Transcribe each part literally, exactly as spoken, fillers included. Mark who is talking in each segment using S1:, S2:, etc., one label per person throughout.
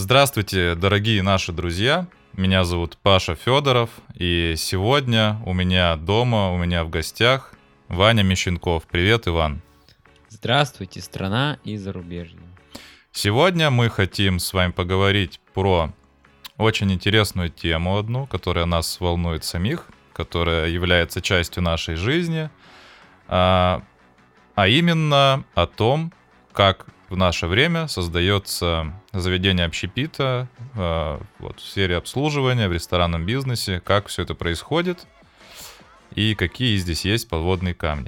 S1: Здравствуйте, дорогие наши друзья. Меня зовут Паша Федоров, и сегодня у меня дома, у меня в гостях Ваня Мещенков. Привет, Иван.
S2: Здравствуйте, страна и зарубежье.
S1: Сегодня мы хотим с вами поговорить про очень интересную тему одну, которая нас волнует самих, которая является частью нашей жизни, а, а именно о том, как в наше время создается заведение общепита э, вот, в сфере обслуживания, в ресторанном бизнесе, как все это происходит и какие здесь есть подводные камни.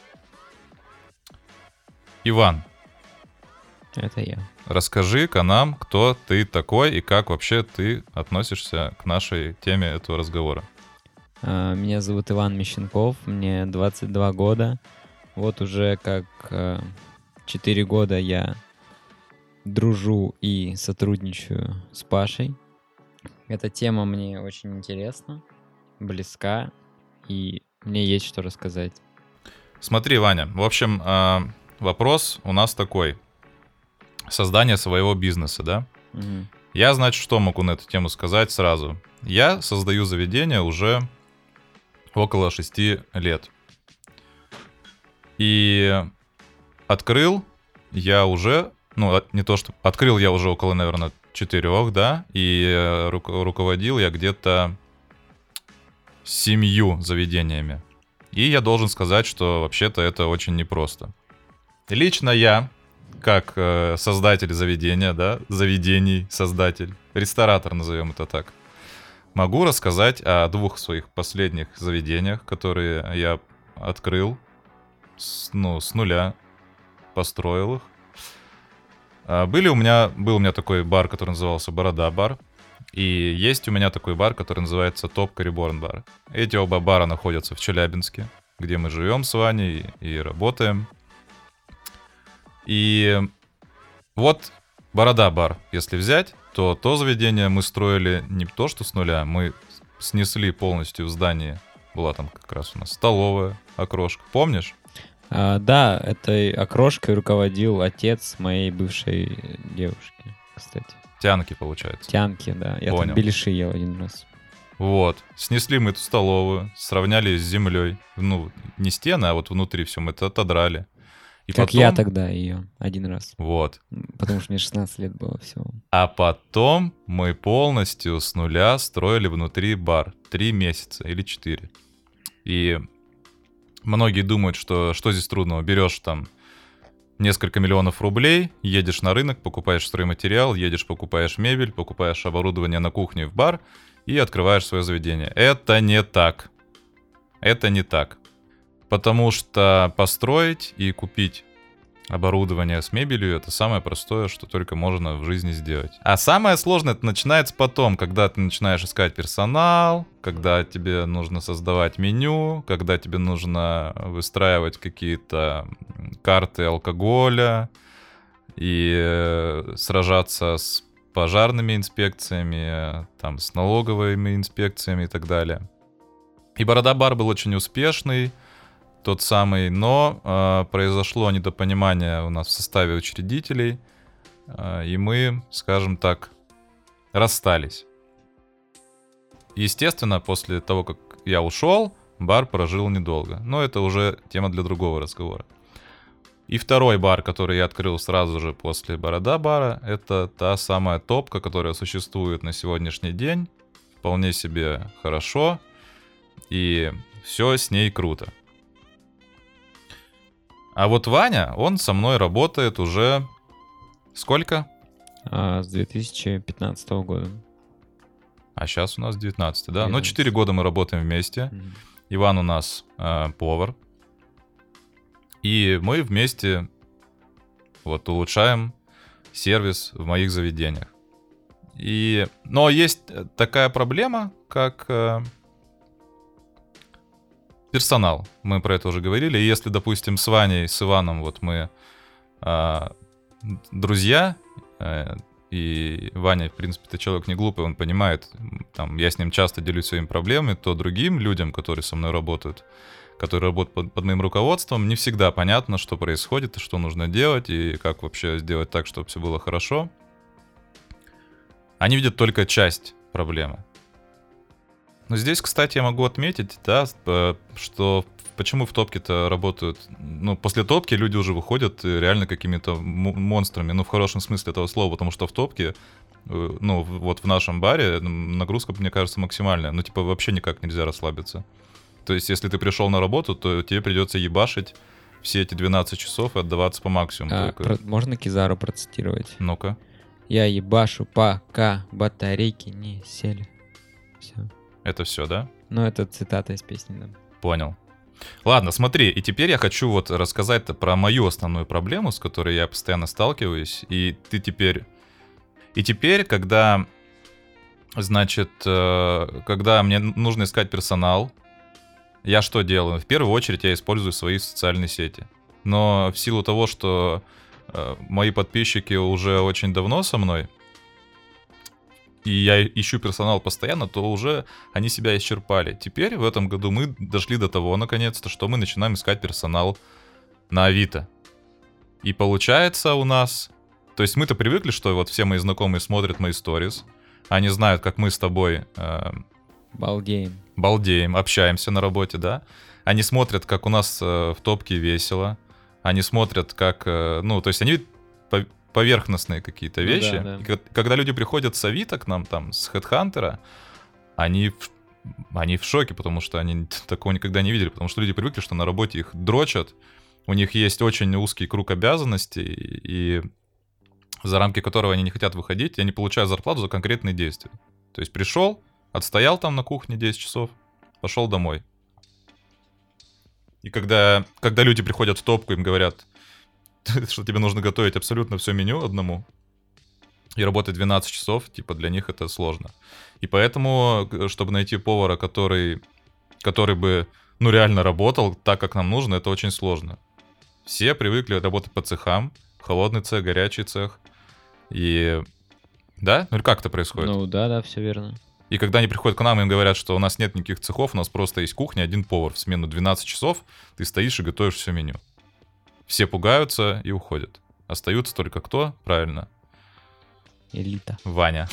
S1: Иван,
S2: Это я.
S1: расскажи-ка нам, кто ты такой и как вообще ты относишься к нашей теме этого разговора.
S2: А, Меня зовут Иван Мещенков, мне двадцать два года. Вот уже как э, четыре года я дружу и сотрудничаю с Пашей. Эта тема мне очень интересна, близка, и мне есть что рассказать.
S1: Смотри, Ваня, в общем, э, вопрос у нас такой. Создание своего бизнеса, да?
S2: Мгм.
S1: Я, значит, что могу на эту тему сказать сразу? Я создаю заведение уже около шести лет. И открыл я уже, ну, от- не то что... Открыл я уже около, наверное, четырех, да? И э, ру- руководил я где-то семью заведениями. И я должен сказать, что вообще-то это очень непросто. Лично я, как э, создатель заведения, да, заведений, создатель, ресторатор, назовем это так, могу рассказать о двух своих последних заведениях, которые я открыл, с, ну, с нуля, построил их. А, Были у меня, был у меня такой бар, который назывался Борода бар, и есть у меня такой бар, который называется Топка Реборн бар. Эти оба бара находятся в Челябинске, где мы живем с Ваней и работаем. И вот Борода бар, если взять, то то заведение мы строили не то что с нуля, мы снесли полностью здание. Была там как раз у нас столовая, окрошка. Помнишь?
S2: А, да, этой окрошкой руководил отец моей бывшей девушки, кстати.
S1: Тянки, получается.
S2: Тянки, да. Я
S1: Понял.
S2: там беляши ел один раз.
S1: Вот. Снесли мы эту столовую, сравняли с землей. Ну, не стены, а вот внутри все мы это отодрали. И
S2: Как
S1: потом...
S2: я тогда ее один раз.
S1: Вот.
S2: М, Потому что мне шестнадцать лет было всего.
S1: А потом мы полностью с нуля строили внутри бар. Три месяца или четыре. И многие думают, что что здесь трудного? Берешь там несколько миллионов рублей, едешь на рынок, покупаешь стройматериал, едешь, покупаешь мебель, покупаешь оборудование на кухне в бар и открываешь свое заведение. Это не так. Это не так. Потому что построить и купить оборудование с мебелью — это самое простое, что только можно в жизни сделать. А самое сложное — это начинается потом, когда ты начинаешь искать персонал, когда тебе нужно создавать меню, когда тебе нужно выстраивать какие-то карты алкоголя и э, сражаться с пожарными инспекциями, там, с налоговыми инспекциями и так далее. И Борода бар был очень успешный, тот самый, но э, произошло недопонимание у нас в составе учредителей, э, и мы, скажем так, расстались. Естественно, после того, как я ушел, бар прожил недолго, но это уже тема для другого разговора. И второй бар, который я открыл сразу же после Борода бара, это та самая Топка, которая существует на сегодняшний день, вполне себе хорошо, и все с ней круто. А вот Ваня, он со мной работает уже сколько?
S2: А, с две тысячи пятнадцатого года.
S1: А сейчас у нас девятнадцатый, да? Ну,
S2: девятнадцатый.
S1: четыре года мы работаем вместе.
S2: Мгм.
S1: Иван у нас э, повар. И мы вместе вот улучшаем сервис в моих заведениях. И... Но есть такая проблема, как э, персонал. Мы про это уже говорили. И если, допустим, с Ваней, с Иваном вот мы э, друзья, э, и Ваня, в принципе, это человек не глупый, он понимает, там, я с ним часто делюсь своими проблемами, то другим людям, которые со мной работают, которые работают под, под моим руководством, не всегда понятно, что происходит, и что нужно делать, и как вообще сделать так, чтобы все было хорошо. Они видят только часть проблемы. Но здесь, кстати, я могу отметить, да, что почему в топке-то работают... Ну, после топки люди уже выходят реально какими-то монстрами, ну, в хорошем смысле этого слова, потому что в топке, ну, вот в нашем баре нагрузка, мне кажется, максимальная. Ну, типа, вообще никак нельзя расслабиться. То есть, если ты пришел на работу, то тебе придется ебашить все эти двенадцать часов и отдаваться по максимуму.
S2: А, про... Можно Кизару процитировать?
S1: Ну-ка.
S2: Я ебашу, пока батарейки не сели. Все.
S1: Это все, да?
S2: Ну, это цитата из песни, да.
S1: Понял. Ладно, смотри, и теперь я хочу вот рассказать про мою основную проблему, с которой я постоянно сталкиваюсь, и ты теперь... И теперь, когда, значит, когда мне нужно искать персонал, я что делаю? В первую очередь я использую свои социальные сети. Но в силу того, что мои подписчики уже очень давно со мной, и я ищу персонал постоянно, то уже они себя исчерпали. Теперь в этом году мы дошли до того, наконец-то, что мы начинаем искать персонал на Авито. И получается у нас... То есть мы-то привыкли, что вот все мои знакомые смотрят мои сторис, они знают, как мы с тобой... Э,
S2: балдеем.
S1: Балдеем, общаемся на работе, да? Они смотрят, как у нас э, в топке весело. Они смотрят, как... Э, ну, то есть они... поверхностные какие-то вещи.
S2: Ну, да, да.
S1: И когда люди приходят с Авито к нам, там, с HeadHunter, они в, они в шоке, потому что они такого никогда не видели, потому что люди привыкли, что на работе их дрочат, у них есть очень узкий круг обязанностей, и за рамки которого они не хотят выходить, и они получают зарплату за конкретные действия. То есть пришел, отстоял там на кухне десять часов, пошел домой. И когда, когда люди приходят в топку, им говорят, что тебе нужно готовить абсолютно все меню одному и работать двенадцать часов, типа для них это сложно. И поэтому, чтобы найти повара, который, который бы, ну, реально работал так, как нам нужно, это очень сложно. Все привыкли работать по цехам, холодный цех, горячий цех. И... Да? Ну или как это происходит?
S2: Ну да, да, все верно.
S1: И когда они приходят к нам, им говорят, что у нас нет никаких цехов, у нас просто есть кухня, один повар. В смену двенадцать часов ты стоишь и готовишь все меню. Все пугаются и уходят. Остаются только кто? Правильно.
S2: Элита.
S1: Ваня.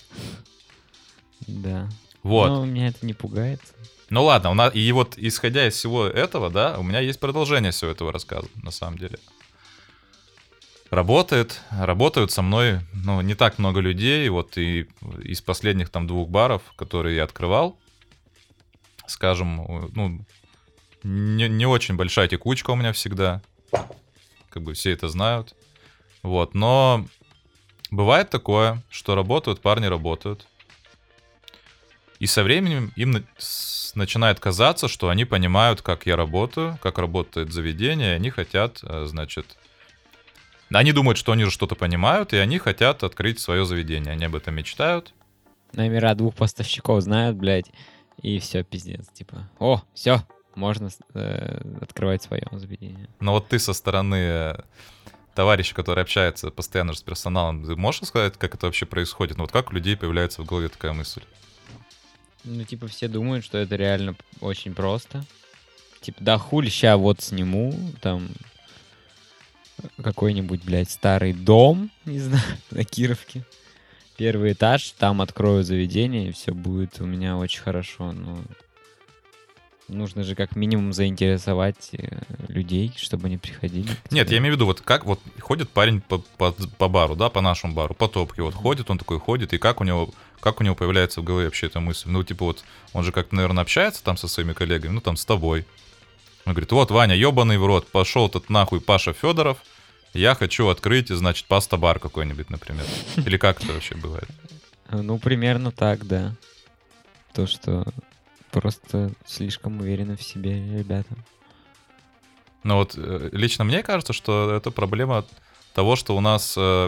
S2: Да.
S1: Вот.
S2: Но меня это не пугает.
S1: Ну ладно, у нас... и вот исходя из всего этого, да, у меня есть продолжение всего этого рассказа, на самом деле. Работает, работают со мной, ну, не так много людей, вот и из последних там двух баров, которые я открывал, скажем, ну, не, не очень большая текучка у меня всегда. Как бы все это знают. Вот, но бывает такое, что работают, парни работают. И со временем им на- с- начинает казаться, что они понимают, как я работаю, как работает заведение, и они хотят, э, значит... Они думают, что они же что-то понимают, и они хотят открыть свое заведение. Они об этом мечтают.
S2: Номера двух поставщиков знают, блядь, и все, пиздец. Типа, о, все, можно э, открывать свое заведение.
S1: Но вот ты со стороны э, товарища, который общается постоянно с персоналом, ты можешь сказать, как это вообще происходит? Ну вот как у людей появляется в голове такая мысль?
S2: Ну, типа, все думают, что это реально очень просто. Типа, да хули, ща вот сниму, там, какой-нибудь, блядь, старый дом, не знаю, на Кировке. Первый этаж, там открою заведение, и все будет у меня очень хорошо. Ну, нужно же как минимум заинтересовать э, людей, чтобы они приходили.
S1: Нет, я имею в виду, вот как вот ходит парень по, по, по бару, да, по нашему бару, по топке, вот ходит, он такой ходит, и как у него, как у него появляется в голове вообще эта мысль? Ну, типа вот, он же как-то, наверное, общается там со своими коллегами, ну, там, с тобой. Он говорит, вот, Ваня, ебаный в рот, пошел тут нахуй Паша Федоров, я хочу открыть, значит, паста-бар какой-нибудь, например. Или как это вообще бывает?
S2: Ну, примерно так, да. То, что просто слишком уверены в себе ребята.
S1: Ну вот э, лично мне кажется, что это проблема того, что у нас э,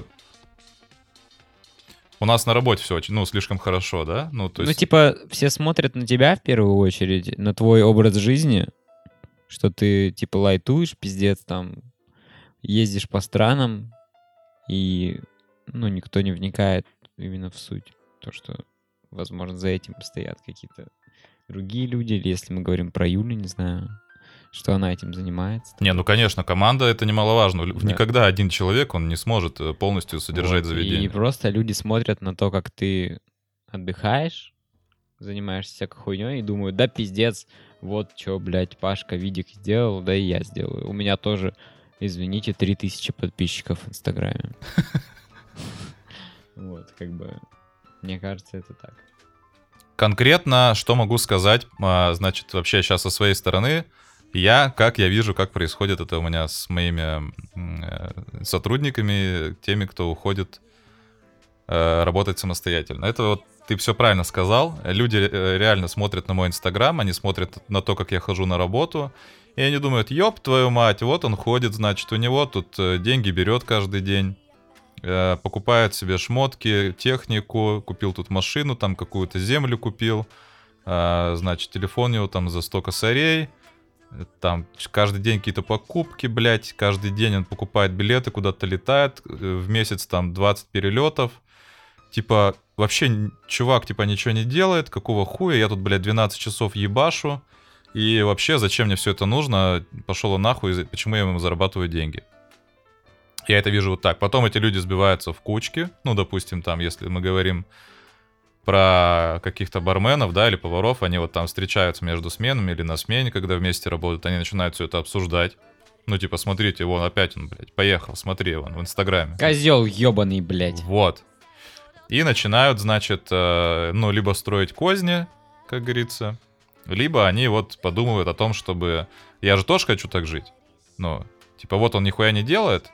S1: у нас на работе все очень, ну, слишком хорошо, да? Ну, то есть...
S2: Ну, типа, все смотрят на тебя в первую очередь, на твой образ жизни, что ты, типа, лайтуешь, пиздец, там, ездишь по странам, и, ну, никто не вникает именно в суть. То, что, возможно, за этим стоят какие-то другие люди, или если мы говорим про Юлю, не знаю, что она этим занимается.
S1: Не, ну, конечно, команда — это немаловажно.
S2: Да.
S1: Никогда один человек, он не сможет э, полностью содержать
S2: Вот,
S1: заведение.
S2: И просто люди смотрят на то, как ты отдыхаешь, занимаешься всякой хуйней, и думают, да пиздец, вот что, блядь, Пашка видик сделал, да и я сделаю. У меня тоже, извините, три тысячи подписчиков в Инстаграме. Вот, как бы, мне кажется, это так.
S1: Конкретно, что могу сказать, а, значит, вообще сейчас со своей стороны, я, как я вижу, как происходит это у меня с моими э, сотрудниками, теми, кто уходит э, работать самостоятельно. Это вот ты все правильно сказал. Люди э, реально смотрят на мой Инстаграм, они смотрят на то, как я хожу на работу, и они думают, ёб твою мать, вот он ходит, значит, у него тут э, деньги берет каждый день. Покупает себе шмотки, технику, купил тут машину, там какую-то землю купил, значит, телефон у него там за сто косарей, там каждый день какие-то покупки, блядь, каждый день он покупает билеты, куда-то летает, в месяц там двадцать перелетов, типа, вообще, чувак, типа, ничего не делает, какого хуя, я тут, блядь, двенадцать часов ебашу, и вообще, зачем мне все это нужно, пошел он нахуй, почему я ему зарабатываю деньги? Я это вижу вот так. Потом эти люди сбиваются в кучки. Ну, допустим, там, если мы говорим про каких-то барменов, да, или поваров, они вот там встречаются между сменами или на смене, когда вместе работают, они начинают все это обсуждать. Ну, типа, смотрите, вон опять он, блядь, поехал, смотри, вон в Инстаграме.
S2: Козел ебаный, блядь.
S1: Вот. И начинают, значит, э, ну, либо строить козни, как говорится, либо они вот подумывают о том, чтобы... Я же тоже хочу так жить. Ну, типа, вот он нихуя не делает,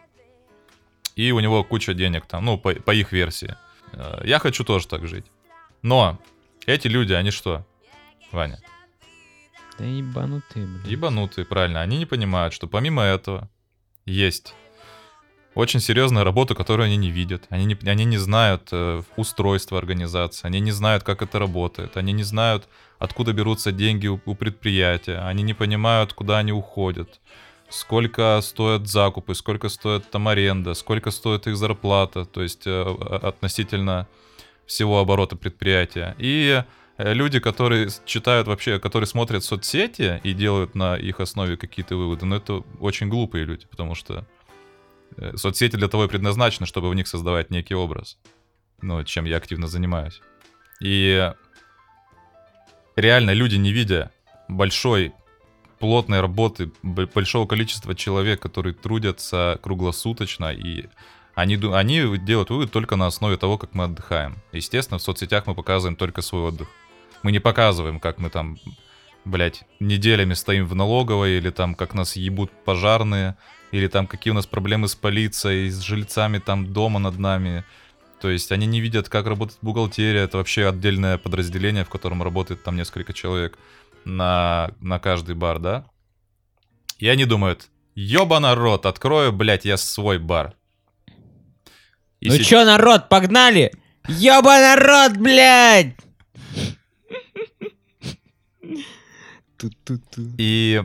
S1: и у него куча денег там, ну, по, по их версии. Я хочу тоже так жить. Но эти люди, они что, Ваня?
S2: Да ебанутые, блядь.
S1: Ебанутые, правильно. Они не понимают, что помимо этого есть очень серьезная работа, которую они не видят. Они не, они не знают э, устройства организации, они не знают, как это работает, они не знают, откуда берутся деньги у, у предприятия, они не понимают, куда они уходят. Сколько стоят закупы, сколько стоит там аренда, сколько стоит их зарплата, то есть э, относительно всего оборота предприятия. И э, люди, которые читают вообще, которые смотрят соцсети и делают на их основе какие-то выводы, ну это очень глупые люди, потому что э, соцсети для того и предназначены, чтобы в них создавать некий образ, ну, чем я активно занимаюсь. И реально люди, не видя большой плотной работы большого количества человек, которые трудятся круглосуточно, и они, они делают вывод только на основе того, как мы отдыхаем. Естественно, в соцсетях мы показываем только свой отдых. Мы не показываем, как мы там, блядь, неделями стоим в налоговой, или там, как нас ебут пожарные, или там, какие у нас проблемы с полицией, с жильцами там дома над нами. То есть они не видят, как работает бухгалтерия, это вообще отдельное подразделение, в котором работает там несколько человек. На, на каждый бар, да? И они думают, ёба народ, открою, блядь, я свой бар. И
S2: ну
S1: си...
S2: чё, народ, погнали? Ёба народ, блядь!
S1: И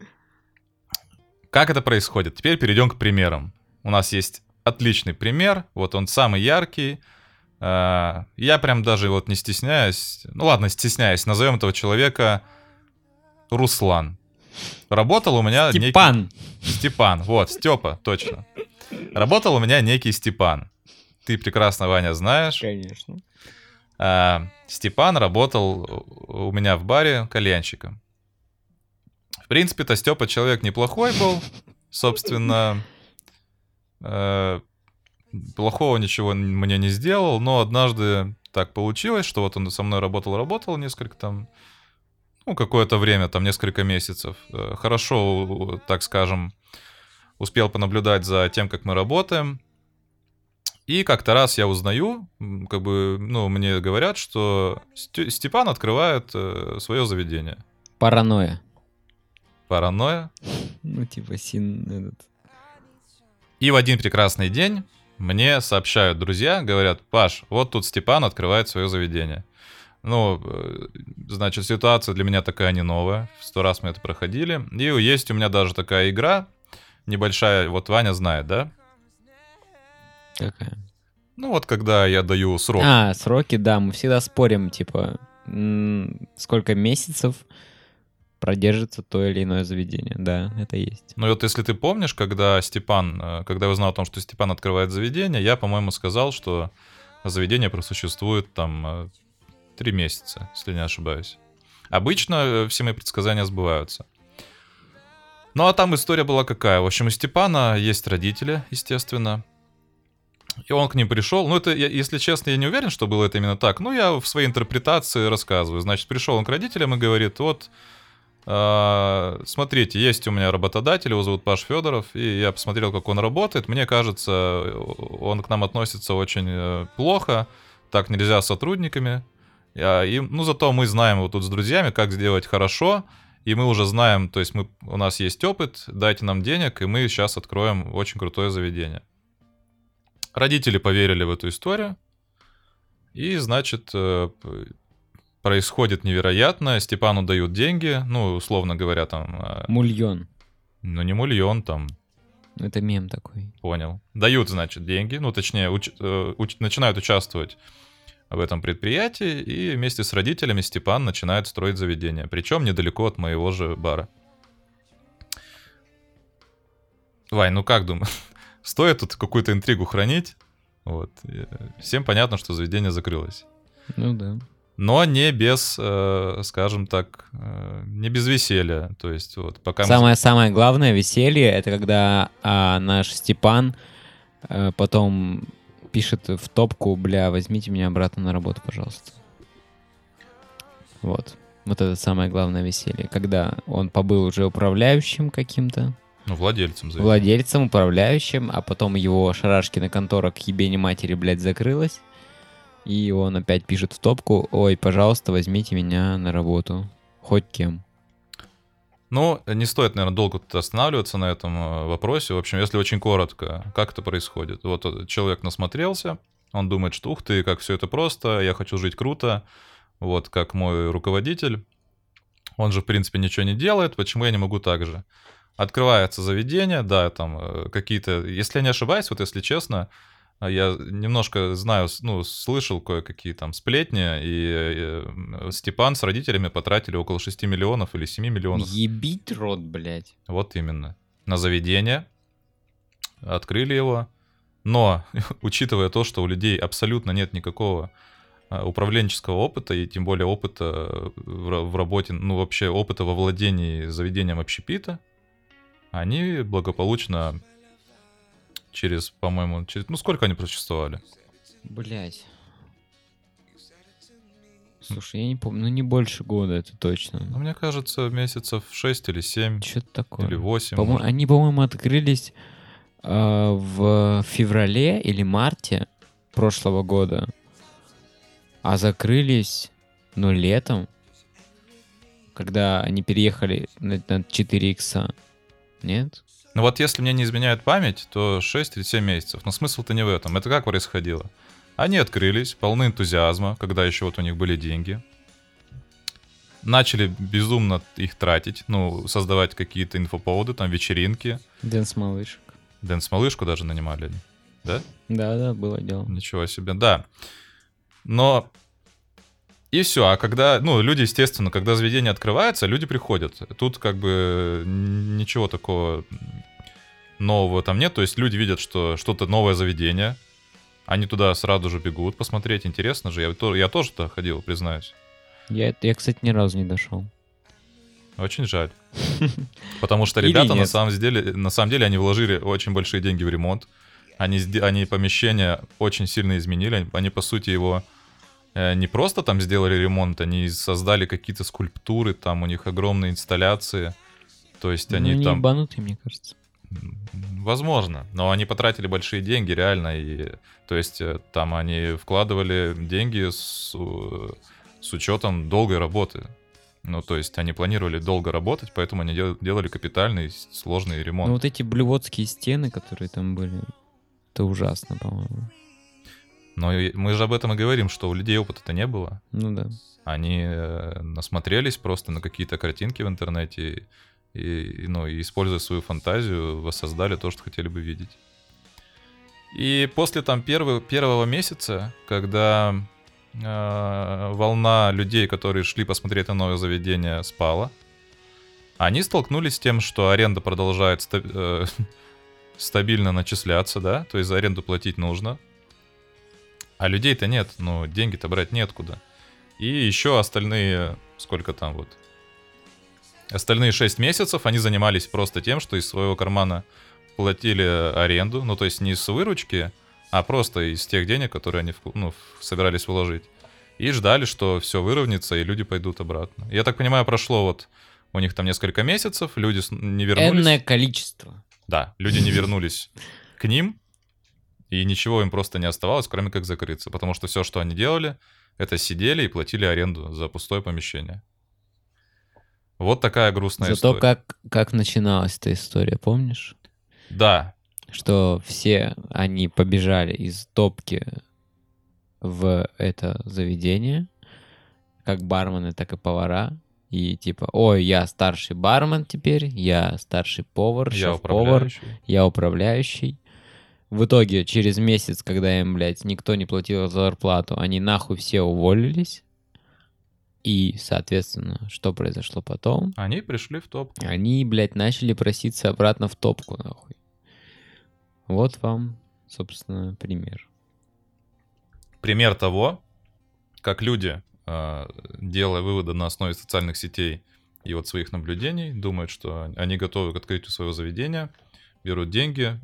S1: как это происходит? Теперь перейдем к примерам. У нас есть отличный пример, вот он самый яркий. Я прям даже вот не стесняюсь, ну ладно, стесняюсь, назовем этого человека Руслан. Работал у меня
S2: Степан.
S1: некий... Степан, вот, Степа, точно. Работал у меня некий Степан. Ты прекрасно, Ваня, знаешь.
S2: Конечно.
S1: А, Степан работал у меня в баре кальянщиком. В принципе-то Степа человек неплохой был. Собственно, э, плохого ничего мне не сделал, но однажды так получилось, что вот он со мной работал-работал несколько там... Ну, какое-то время, там, несколько месяцев. Хорошо, так скажем, успел понаблюдать за тем, как мы работаем. И как-то раз я узнаю, как бы, ну, мне говорят, что Степан открывает свое заведение.
S2: Паранойя.
S1: Паранойя?
S2: Ну, типа, син... Этот...
S1: И в один прекрасный день мне сообщают друзья, говорят, Паш, вот тут Степан открывает свое заведение. Ну, значит, ситуация для меня такая не новая. В сто раз мы это проходили. И есть у меня даже такая игра небольшая. Вот Ваня знает, да?
S2: Какая?
S1: Ну, вот когда я даю срок.
S2: А, сроки, да. Мы всегда спорим, типа, м- сколько месяцев продержится то или иное заведение. Да, это есть.
S1: Ну и вот если ты помнишь, когда Степан, когда я узнал о том, что Степан открывает заведение, я, по-моему, сказал, что заведение просуществует там три месяца, если не ошибаюсь. Обычно все мои предсказания сбываются. Ну а там история была какая? В общем, у Степана есть родители, естественно. И он к ним пришел. Ну, это, если честно, я не уверен, что было это именно так. Ну, я в своей интерпретации рассказываю. Значит, пришел он к родителям и говорит: вот, э, смотрите, есть у меня работодатель, его зовут Паш Федоров, и я посмотрел, как он работает. Мне кажется, он к нам относится очень плохо. Так нельзя с сотрудниками. И, ну, зато мы знаем вот тут с друзьями, как сделать хорошо. И мы уже знаем, то есть мы, у нас есть опыт, дайте нам денег, и мы сейчас откроем очень крутое заведение. Родители поверили в эту историю, и, значит, происходит невероятное. Степану дают деньги, ну, условно говоря, там...
S2: Мульон.
S1: Ну, не мульон, там...
S2: Это мем такой.
S1: Понял. Дают, значит, деньги, ну, точнее, уч... Уч... начинают участвовать в этом предприятии, и вместе с родителями Степан начинает строить заведение, причем недалеко от моего же бара. Вань, ну как думаешь? Стоит тут какую-то интригу хранить. Вот. Всем понятно, что заведение закрылось.
S2: Ну да.
S1: Но не без, э, скажем так, э, не без веселья. То есть вот пока
S2: Самое-самое мы... главное веселье — это когда а, наш Степан а, потом пишет в топку: бля, возьмите меня обратно на работу, пожалуйста. Вот. Вот это самое главное веселье. Когда он побыл уже управляющим каким-то.
S1: Ну, владельцем.
S2: Заведения. Владельцем, управляющим, а потом его шарашкина контора к ебени матери, блядь, закрылась. И он опять пишет в топку: ой, пожалуйста, возьмите меня на работу. Хоть кем.
S1: Ну, не стоит, наверное, долго тут останавливаться на этом вопросе. В общем, если очень коротко, как это происходит? Вот человек насмотрелся, он думает, что ух ты, как все это просто, я хочу жить круто, вот как мой руководитель. Он же, в принципе, ничего не делает, почему я не могу так же? Открывается заведение, да, там какие-то, если я не ошибаюсь, вот если честно, я немножко знаю, ну, слышал кое-какие там сплетни, и Степан с родителями потратили около шести миллионов или семи миллионов.
S2: Ебить рот, блядь.
S1: Вот именно. На заведение. Открыли его. Но, учитывая то, что у людей абсолютно нет никакого управленческого опыта, и тем более опыта в работе, ну, вообще опыта во владении заведением общепита, они благополучно через, по-моему, через... Ну, сколько они просуществовали?
S2: Блять. Слушай, я не помню, ну не больше года, это точно.
S1: Ну, мне кажется, месяцев шесть или семь.
S2: Что-то такое.
S1: Или восемь.
S2: По-мо... Они, по-моему, открылись э, в феврале или марте прошлого года, а закрылись, ну, летом, когда они переехали на, на четыре икса. Нет?
S1: Ну вот если мне не изменяет память, то шесть или семь месяцев. Но смысл-то не в этом. Это как происходило? Они открылись, полны энтузиазма, когда еще вот у них были деньги. Начали безумно их тратить, ну, создавать какие-то инфоповоды, там, вечеринки.
S2: Дэнс-малышек.
S1: Дэнс-малышку даже нанимали, да?
S2: Да-да, было дело.
S1: Ничего себе, да. Но... И все, а когда, ну, люди, естественно, когда заведение открывается, люди приходят. Тут как бы ничего такого нового там нет. То есть люди видят, что что-то новое заведение, они туда сразу же бегут посмотреть. Интересно же, я, я тоже туда ходил, признаюсь.
S2: Я, я, кстати, ни разу не дошел.
S1: Очень жаль. Потому что ребята, на самом деле, на самом деле, они вложили очень большие деньги в ремонт. Они, они помещение очень сильно изменили. Они, по сути, его... не просто там сделали ремонт, они создали какие-то скульптуры, там у них огромные инсталляции. То есть они
S2: ну,
S1: там...
S2: не ебанутые, мне кажется.
S1: Возможно, но они потратили большие деньги, реально. И, то есть там они вкладывали деньги с, с учетом долгой работы. Ну, то есть они планировали долго работать, поэтому они дел, делали капитальный сложный ремонт.
S2: Ну, вот эти блювотские стены, которые там были, это ужасно, по-моему.
S1: Но мы же об этом и говорим, что у людей опыта-то не было.
S2: Ну да.
S1: Они насмотрелись просто на какие-то картинки в интернете и, ну, и, используя свою фантазию, воссоздали то, что хотели бы видеть. И после там первого, первого месяца, когда э, волна людей, которые шли посмотреть на новое заведение, спала, Они столкнулись с тем, что аренда продолжает ста- э, стабильно начисляться, да, то есть за аренду платить нужно. А людей-то нет, ну, деньги-то брать неоткуда. И еще остальные, сколько там вот, остальные шесть месяцев они занимались просто тем, что из своего кармана платили аренду, ну, то есть не с выручки, а просто из тех денег, которые они ну, собирались вложить. И ждали, что все выровняется, и люди пойдут обратно. Я так понимаю, прошло вот у них там несколько месяцев, люди не вернулись.
S2: Энное количество.
S1: Да, люди не вернулись к ним, и ничего им просто не оставалось, кроме как закрыться. Потому что все, что они делали, это сидели и платили аренду за пустое помещение. Вот такая грустная
S2: Зато
S1: история.
S2: Зато как, как начиналась эта история, помнишь?
S1: Да.
S2: Что все они побежали из топки в это заведение, как бармены, так и повара. И типа, ой, я старший бармен теперь, я старший повар,
S1: Я
S2: шеф-повар,
S1: управляющий.
S2: я управляющий. В итоге, через месяц, когда им, блядь, никто не платил зарплату, они нахуй все уволились. И, соответственно, что произошло потом?
S1: Они пришли в топку.
S2: Они, блядь, начали проситься обратно в топку, нахуй. Вот вам, собственно, пример.
S1: Пример того, как люди, делая выводы на основе социальных сетей и вот своих наблюдений, думают, что они готовы к открытию своего заведения, берут деньги,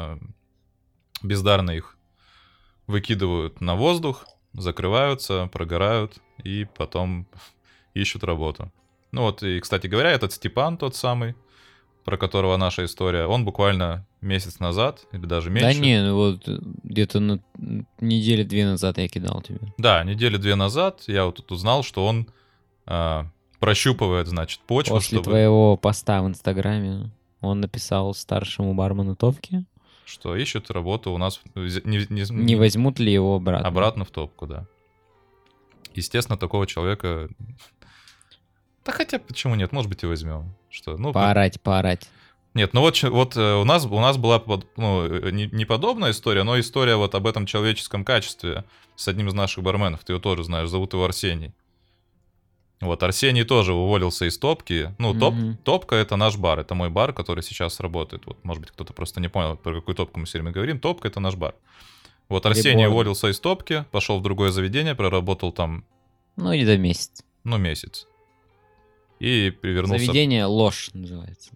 S1: бездарно их выкидывают на воздух, закрываются, прогорают и потом ищут работу. Ну вот, и, кстати говоря, этот Степан тот самый, про которого наша история, он буквально месяц назад, или даже меньше.
S2: Да не, ну вот где-то на недели две назад я кидал тебе.
S1: Да, недели две назад я вот тут узнал, что он а, прощупывает, значит, почву.
S2: После
S1: чтобы...
S2: твоего поста в Инстаграме он написал старшему бармену топки,
S1: что ищет работу у нас. Не, не,
S2: не возьмут ли его обратно.
S1: Обратно в топку, да. Естественно, такого человека... Да хотя, почему нет? Может быть, и возьмем. Что, ну,
S2: поорать,
S1: как...
S2: поорать.
S1: Нет, ну вот, вот у, нас, у нас была ну, не, не подобная история, но история вот об этом человеческом качестве с одним из наших барменов. Ты его тоже знаешь, зовут его Арсений. Вот, Арсений тоже уволился из топки. Ну, топ, mm-hmm. топка — это наш бар, это мой бар, который сейчас работает. Вот, может быть, кто-то просто не понял, про какую топку мы все время говорим. Топка — это наш бар. Вот Арсений Реборн. уволился из топки, пошел в другое заведение, проработал там...
S2: Ну, где-то месяц.
S1: Ну, месяц. И перевернулся...
S2: Заведение «Ложь» называется.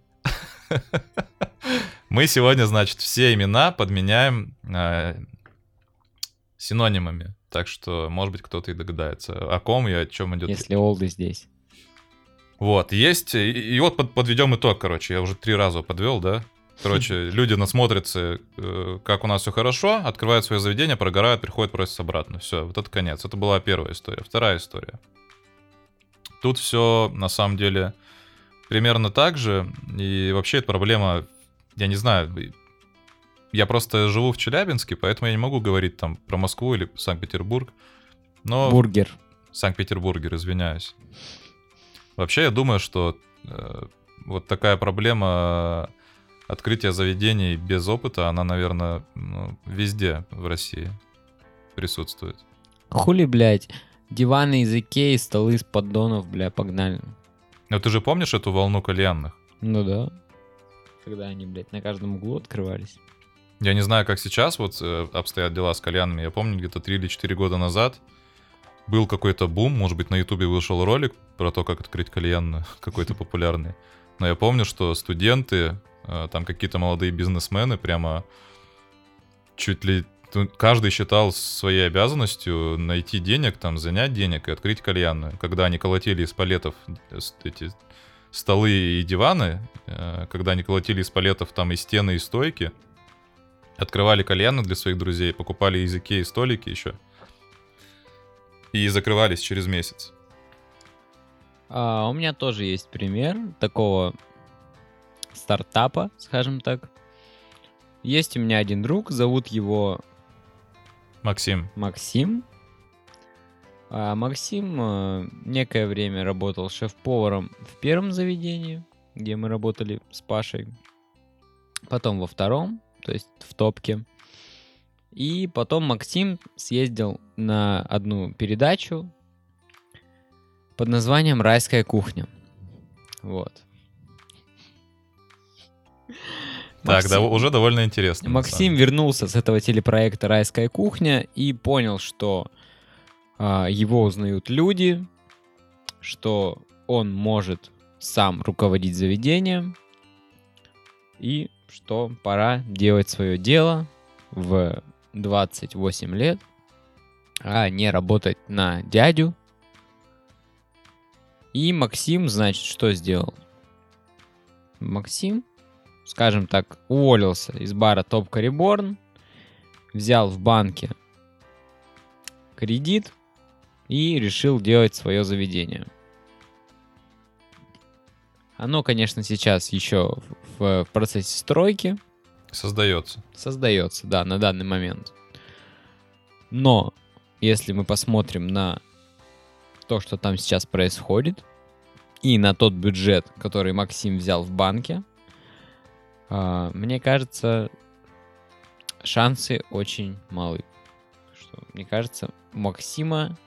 S1: Мы сегодня, значит, все имена подменяем э, синонимами. Так что, может быть, кто-то и догадается, о ком и о чем идет.
S2: Если олды здесь.
S1: Вот, есть... И, и вот под, подведем итог, короче. Я уже три раза подвел, да? Короче, люди насмотрятся, э, как у нас все хорошо, открывают свое заведение, прогорают, приходят, просятся обратно. Все, вот это конец. Это была первая история. Вторая история. Тут все, на самом деле, примерно так же. И вообще эта проблема, я не знаю... Я просто живу в Челябинске, поэтому я не могу говорить там про Москву или Санкт-Петербург. Но...
S2: Бургер.
S1: Санкт-Петербургер, извиняюсь. Вообще, я думаю, что э, вот такая проблема открытия заведений без опыта, она, наверное, ну, везде в России присутствует.
S2: Хули, блядь, диваны из Икеи, столы из поддонов, бля, погнали.
S1: Но ты же помнишь эту волну кальянных?
S2: Ну да. Когда они, блядь, на каждом углу открывались.
S1: Я не знаю, как сейчас вот э, обстоят дела с кальянами. Я помню, где-то три или четыре года назад был какой-то бум. Может быть, на Ютубе вышел ролик про то, как открыть кальян, какой-то популярный. Но я помню, что студенты, э, там какие-то молодые бизнесмены прямо чуть ли... Каждый считал своей обязанностью найти денег, там, занять денег и открыть кальянную. Когда они колотили из палетов эти столы и диваны, э, когда они колотили из палетов там и стены, и стойки, открывали кальяны для своих друзей, покупали из Икеи столики еще. И закрывались через месяц.
S2: А, у меня тоже есть пример такого стартапа, скажем так. Есть у меня один друг, зовут его...
S1: Максим.
S2: Максим. А Максим а, некое время работал шеф-поваром в первом заведении, где мы работали с Пашей. Потом во втором, то есть в топке. И потом Максим съездил на одну передачу под названием «Райская кухня». Вот.
S1: Так, да,
S2: Максим-
S1: уже довольно интересно. на
S2: Максим
S1: самом деле.
S2: вернулся с этого телепроекта «Райская кухня» и понял, что а, его узнают люди, что он может сам руководить заведением, и что пора делать свое дело в двадцать восемь лет, а не работать на дядю. И Максим, значит, что сделал? Максим, скажем так, уволился из бара Топка Reborn, взял в банке кредит и решил делать свое заведение. Оно, конечно, сейчас еще в, в процессе стройки,
S1: Создается.
S2: создается, да, на данный момент. Но если мы посмотрим на то, что там сейчас происходит, и на тот бюджет, который Максим взял в банке, а, мне кажется, шансы очень малы. Что, мне кажется, у Максима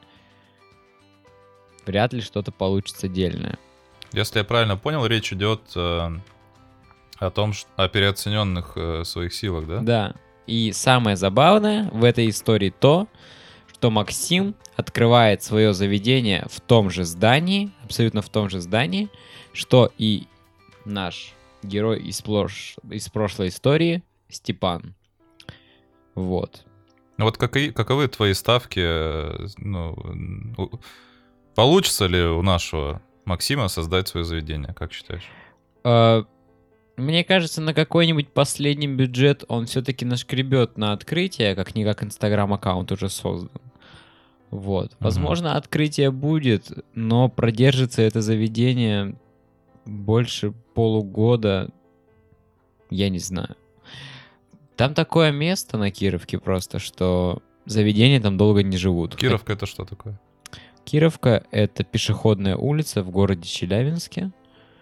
S2: вряд ли что-то получится дельное.
S1: Если я правильно понял, речь идет э, о том, что, о переоцененных э, своих силах, да?
S2: Да. И самое забавное в этой истории то, что Максим открывает свое заведение в том же здании, абсолютно в том же здании, что и наш герой из, плош... из прошлой истории Степан. Вот.
S1: Ну вот каковы, каковы твои ставки? э, Ну, у- получится ли у нашего Максима создать свое заведение, как считаешь?
S2: Э, Мне кажется, на какой-нибудь последний бюджет он все-таки нашкребет на открытие, как-никак Инстаграм-аккаунт уже создан. Вот. Возможно, открытие будет, но продержится это заведение больше полугода, я не знаю. Там такое место на Кировке просто, что заведения там долго не живут.
S1: Кировка — это что такое?
S2: Кировка — это пешеходная улица в городе Челябинске.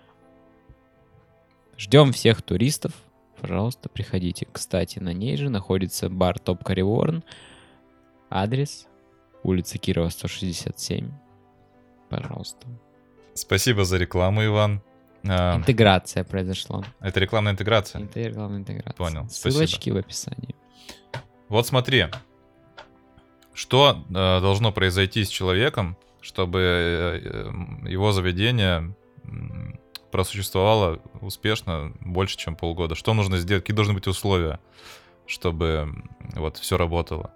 S2: Ждем всех туристов. Пожалуйста, приходите. Кстати, на ней же находится бар Топка Reborn. Адрес: улица Кирова, сто шестьдесят семь. Пожалуйста.
S1: Спасибо за рекламу, Иван. А,
S2: Интеграция произошла.
S1: это рекламная интеграция?
S2: Это рекламная интеграция.
S1: Понял,
S2: Ссылочки в описании.
S1: Вот смотри, что э, должно произойти с человеком, чтобы э, э, его заведение м, просуществовало успешно больше, чем полгода? Что нужно сделать? Какие должны быть условия, чтобы м, вот все работало?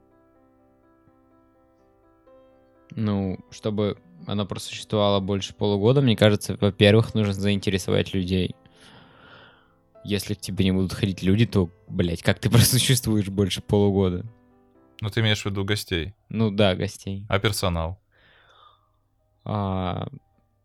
S2: Ну, чтобы она просуществовала больше полугода, мне кажется, во-первых, нужно заинтересовать людей. Если к тебе не будут ходить люди, то, блядь, как ты просуществуешь больше полугода?
S1: Ну, ты имеешь в виду гостей,
S2: Ну да, гостей.
S1: а персонал?
S2: А,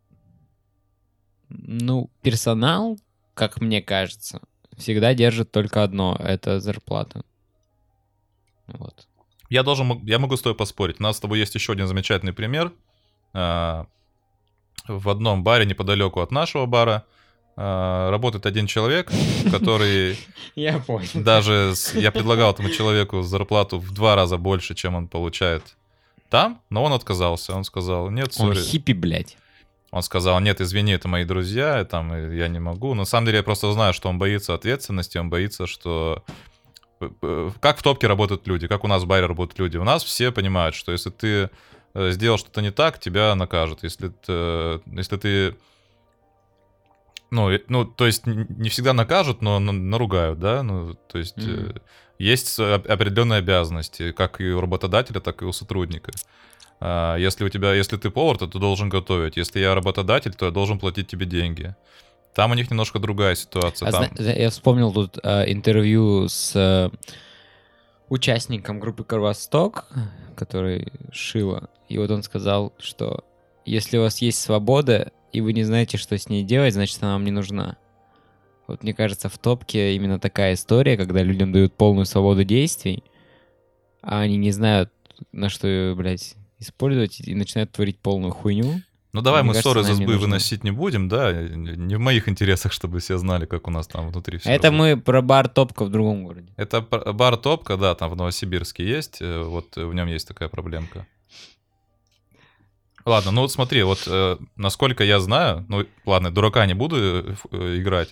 S2: ну, персонал, как мне кажется, всегда держит только одно — это зарплата. Вот.
S1: Я должен, мог- я могу с тобой поспорить. У нас с тобой есть еще один замечательный пример. А, В одном баре неподалеку от нашего бара а, работает один человек, который
S2: Я понял.
S1: даже... с- Я предлагал этому человеку зарплату в два раза больше, чем он получает там, но он отказался. Он сказал, нет,
S2: Он
S1: сори.
S2: хиппи, блядь.
S1: Он сказал, нет, извини, это мои друзья, и там, и я не могу. На самом деле я просто знаю, что он боится ответственности, он боится, что... э, э, Как в топке работают люди, как у нас в баре работают люди. У нас все понимают, что если ты э, сделал что-то не так, тебя накажут. Если ты... э, Если ты ну, э, ну, то есть н- не всегда накажут, но на- наругают, да? Ну, то есть
S2: Мгм.
S1: э, есть оп- определенные обязанности, как и у работодателя, так и у сотрудника. А, Если у тебя, если ты повар, то ты должен готовить. Если я работодатель, то я должен платить тебе деньги. Там у них немножко другая ситуация.
S2: А
S1: Там...
S2: зна- зна- я вспомнил тут э, интервью с э, участником группы Кровосток, который Шила. И вот он сказал, что если у вас есть свобода, и вы не знаете, что с ней делать, значит, она вам не нужна. Вот мне кажется, в топке именно такая история, когда людям дают полную свободу действий, а они не знают, на что ее, блядь, использовать, и начинают творить полную хуйню.
S1: Ну давай
S2: Мне
S1: мы
S2: кажется,
S1: ссоры из
S2: нам не
S1: избы
S2: нужно.
S1: выносить не будем, да? Не в моих интересах, чтобы все знали, как у нас там внутри все.
S2: Это мы про бар Топка в другом городе.
S1: Это пр- бар Топка, да, там в Новосибирске есть, э, вот в нем есть такая проблемка. Ладно, ну вот смотри, вот э, насколько я знаю, ну ладно, дурака не буду э, ф- э, играть,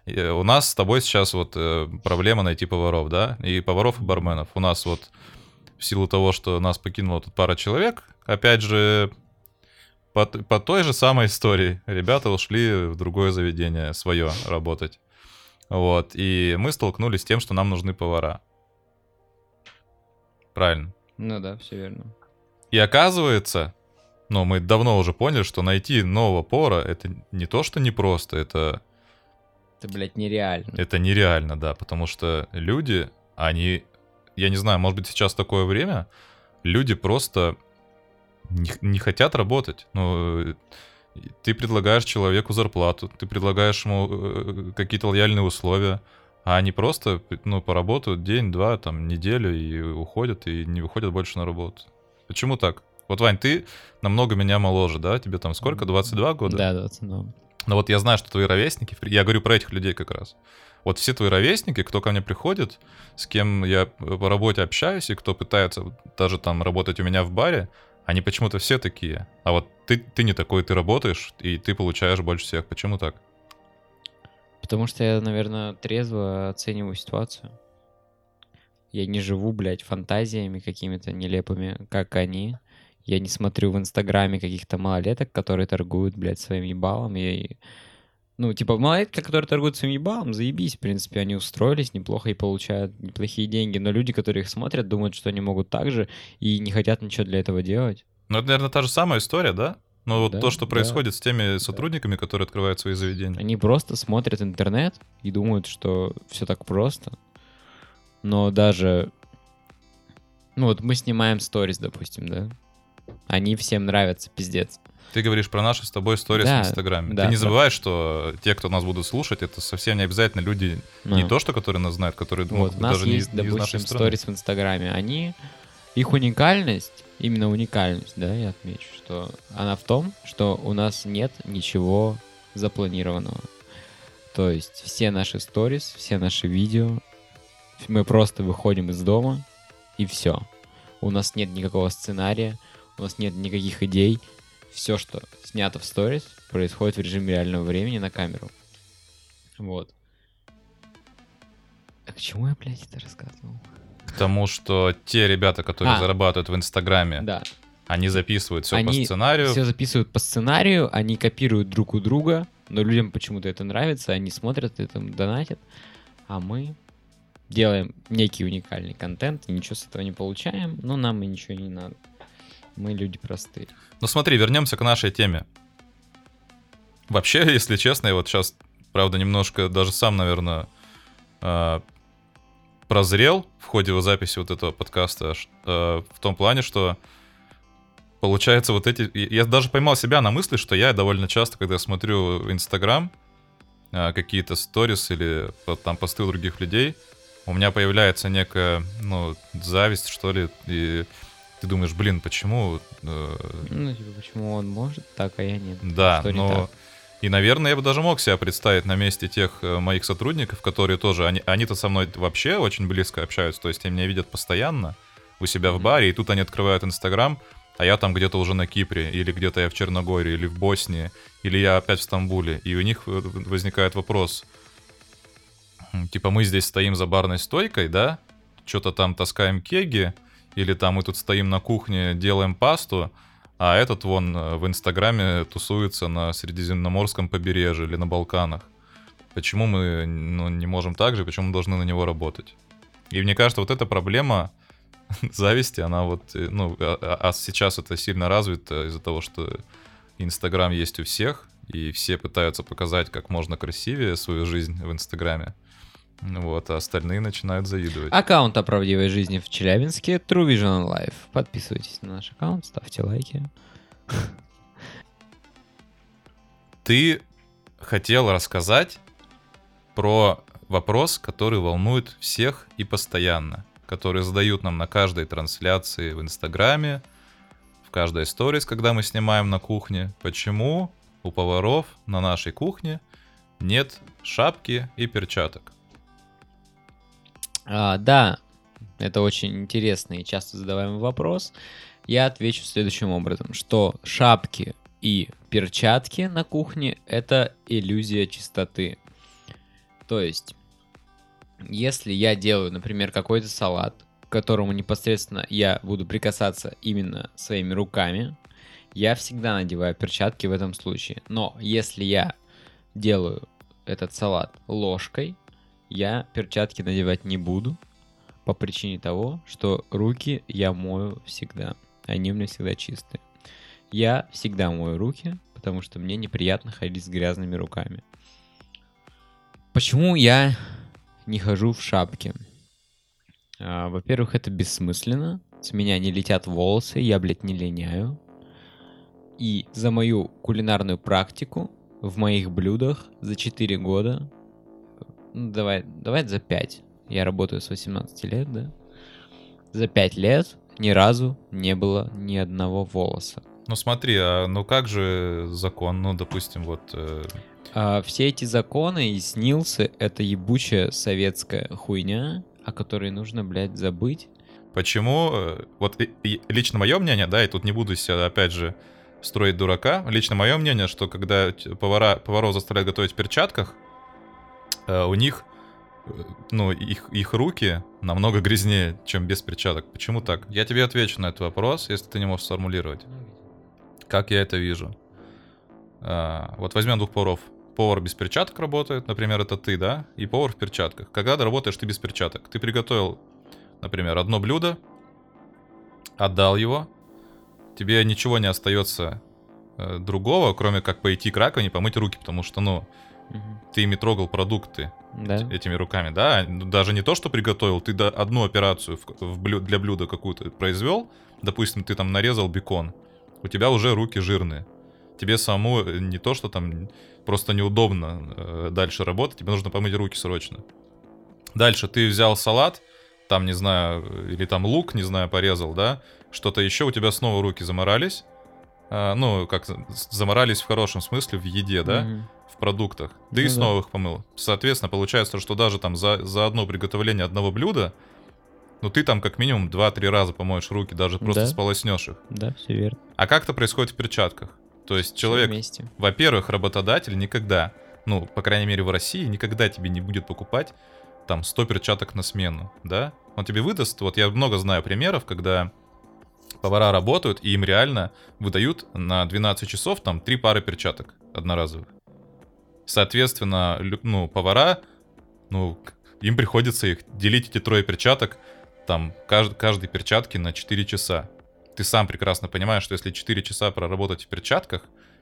S1: И у нас с тобой сейчас вот э, проблема найти поваров, да, и поваров, и барменов. У нас вот в силу того, что нас покинула тут пара человек, опять же, по, по той же самой истории. Ребята ушли в другое заведение свое работать. Вот, и мы столкнулись с тем, что нам нужны повара. Правильно.
S2: Ну да, все верно.
S1: И оказывается, ну, мы давно уже поняли, что найти нового повара — это не то, что непросто, это...
S2: Это, блядь, нереально.
S1: Это нереально, да, потому что люди, они... Я не знаю, может быть, сейчас такое время, люди просто не, не хотят работать. Ну, ты предлагаешь человеку зарплату, ты предлагаешь ему какие-то лояльные условия, а они просто, ну, поработают день-два, там, неделю и уходят, и не выходят больше на работу. Почему так? Вот, Вань, ты намного меня моложе, да? Тебе там сколько, двадцать два года?
S2: Да, двадцать два.
S1: Но вот я знаю, что твои ровесники, я говорю про этих людей как раз. Вот все твои ровесники, кто ко мне приходит, с кем я по работе общаюсь, и кто пытается даже там работать у меня в баре, они почему-то все такие. А вот ты, ты не такой, ты работаешь, и ты получаешь больше всех. Почему так?
S2: Потому что я, наверное, трезво оцениваю ситуацию. Я не живу, блядь, фантазиями какими-то нелепыми, как они. Я не смотрю в Инстаграме каких-то малолеток, которые торгуют, блядь, своим ебалом. И... Ну, типа, малолетки, которые торгуют своим ебалом, заебись, в принципе, они устроились неплохо и получают неплохие деньги. Но люди, которые их смотрят, думают, что они могут так же и не хотят ничего для этого делать.
S1: Ну, это, наверное, та же самая история, да? Ну, вот
S2: Да,
S1: то, что
S2: да,
S1: происходит с теми сотрудниками, которые открывают свои заведения.
S2: Они просто смотрят интернет и думают, что все так просто. Но даже... Ну, вот мы снимаем сторис, допустим, да? Они всем нравятся, пиздец.
S1: Ты говоришь про наши с тобой сторис
S2: Да,
S1: в Инстаграме.
S2: да,
S1: Ты не
S2: да.
S1: забывай, что те, кто нас будут слушать, это совсем не обязательно люди,
S2: Ну.
S1: не то, что которые нас знают, которые
S2: Вот,
S1: могут
S2: у
S1: быть
S2: нас
S1: даже не,
S2: есть,
S1: из- не из нашей
S2: допустим,
S1: страны.
S2: сторис в Инстаграме. Они... Их уникальность, именно уникальность, да, я отмечу, что она в том, что у нас нет ничего запланированного. То есть все наши сторис, все наши видео, мы просто выходим из дома, и все. У нас нет никакого сценария, у нас нет никаких идей. Все, что снято в сторис, происходит в режиме реального времени на камеру. Вот. А к чему я, блядь, это рассказывал?
S1: Потому что те ребята, которые
S2: А.
S1: зарабатывают в Инстаграме,
S2: Да.
S1: они записывают все по
S2: Они
S1: сценарию.
S2: все записывают по сценарию, они копируют друг у друга, но людям почему-то это нравится, они смотрят это, донатят, а мы делаем некий уникальный контент, и ничего с этого не получаем, но нам и ничего не надо. Мы люди простые.
S1: Ну смотри, вернемся к нашей теме. Вообще, если честно, я вот сейчас, правда, немножко даже сам, наверное, э, прозрел в ходе записи вот этого подкаста ш- э, в том плане, что получается вот эти... и- Я даже поймал себя на мысли, что я довольно часто, когда смотрю Инстаграм, э, какие-то сторис или по- там посты других людей, у меня появляется некая, ну, зависть, что ли, и ты думаешь, блин, почему... э,
S2: Ну, типа, почему он может так, а я нет?
S1: Да,
S2: Что не
S1: но...
S2: так?
S1: И, наверное, я бы даже мог себя представить на месте тех э, моих сотрудников, которые тоже... Они, они-то со мной вообще очень близко общаются, то есть они меня видят постоянно у себя в
S2: Мгм.
S1: баре, и тут они открывают Инстаграм, а я там где-то уже на Кипре, или где-то я в Черногории, или в Боснии, или я опять в Стамбуле, и у них э, возникает вопрос, м, типа, мы здесь стоим за барной стойкой, да, что-то там таскаем кеги, или там мы тут стоим на кухне, делаем пасту, а этот вон э, в Инстаграме тусуется на Средиземноморском побережье или на Балканах. Почему мы, ну, не можем так же, почему мы должны на него работать? И мне кажется, вот эта проблема зависти, она вот, э, ну, а, а- а сейчас это сильно развито из-за того, что Инстаграм есть у всех, и все пытаются показать как можно красивее свою жизнь в Инстаграме. Вот, а остальные начинают завидовать.
S2: Аккаунт о правдивой жизни в Челябинске True Vision Life. Подписывайтесь на наш аккаунт, ставьте лайки.
S1: Ты хотел рассказать про вопрос, который волнует всех и постоянно, который задают нам на каждой трансляции в Инстаграме, в каждой сторис, когда мы снимаем на кухне. Почему у поваров на нашей кухне нет шапки и перчаток?
S2: А, да, это очень интересный и часто задаваемый вопрос. Я отвечу следующим образом, что шапки и перчатки на кухне — это иллюзия чистоты. То есть, если я делаю, например, какой-то салат, к которому непосредственно я буду прикасаться именно своими руками, я всегда надеваю перчатки в этом случае. Но если я делаю этот салат ложкой, я перчатки надевать не буду по причине того, что руки я мою всегда. Они у меня всегда чистые. Я всегда мою руки, потому что мне неприятно ходить с грязными руками. Почему я не хожу в шапке? А, во-первых, это бессмысленно. С меня не летят волосы, я, блядь, не линяю. И за мою кулинарную практику в моих блюдах за четыре года, ну, давай, давай за пять. Я работаю с восемнадцати лет, да? За пять лет ни разу не было ни одного волоса.
S1: Ну смотри, а ну как же закон? Ну, допустим, вот... Э...
S2: А, все эти законы и снился — это ебучая советская хуйня, о которой нужно, блядь, забыть.
S1: Почему? Вот и, и, лично мое мнение, да, и тут не буду себя, опять же, строить дурака. Лично мое мнение, что когда повара, поваров заставляют готовить в перчатках, э, у них, э, ну, их, их руки намного грязнее, чем без перчаток. Почему так? Я тебе отвечу на этот вопрос, если ты не можешь сформулировать. Как я это вижу? Э, вот возьмем двух поваров. Повар без перчаток работает, например, это ты, да, и повар в перчатках. Когда работаешь ты без перчаток, ты приготовил, например, одно блюдо, отдал его, тебе ничего не остается э, другого, кроме как пойти к раковине, помыть руки, потому что, ну, угу. ты ими трогал продукты,
S2: да.
S1: этими руками, да, даже не то, что приготовил, ты да, одну операцию в, в блю, для блюда какую-то произвел, допустим, ты там нарезал бекон, у тебя уже руки жирные. Тебе самому не то, что там просто неудобно э, дальше работать, тебе нужно помыть руки срочно. Дальше ты взял салат, там, не знаю, или там лук, не знаю, порезал, да, что-то еще, у тебя снова руки заморались, э, ну, как заморались в хорошем смысле, в еде, да, mm-hmm. в продуктах, ты ну, снова да. их помыл. Соответственно, получается, что даже там за, за одно приготовление одного блюда, ну, ты там как минимум два-три раза помоешь руки, даже просто да. сполоснешь их.
S2: Да, все верно.
S1: А как это происходит в перчатках? То есть человек, во-первых, работодатель никогда, ну, по крайней мере в России, никогда тебе не будет покупать там сто перчаток на смену, да? Он тебе выдаст, вот я много знаю примеров, когда повара работают, и им реально выдают на двенадцать часов там три пары перчаток одноразовых. Соответственно, ну, повара, ну, им приходится их делить, эти трое перчаток, там, кажд- каждой перчатки на четыре часа. Ты сам прекрасно понимаешь, что если четыре часа проработать в перчатках,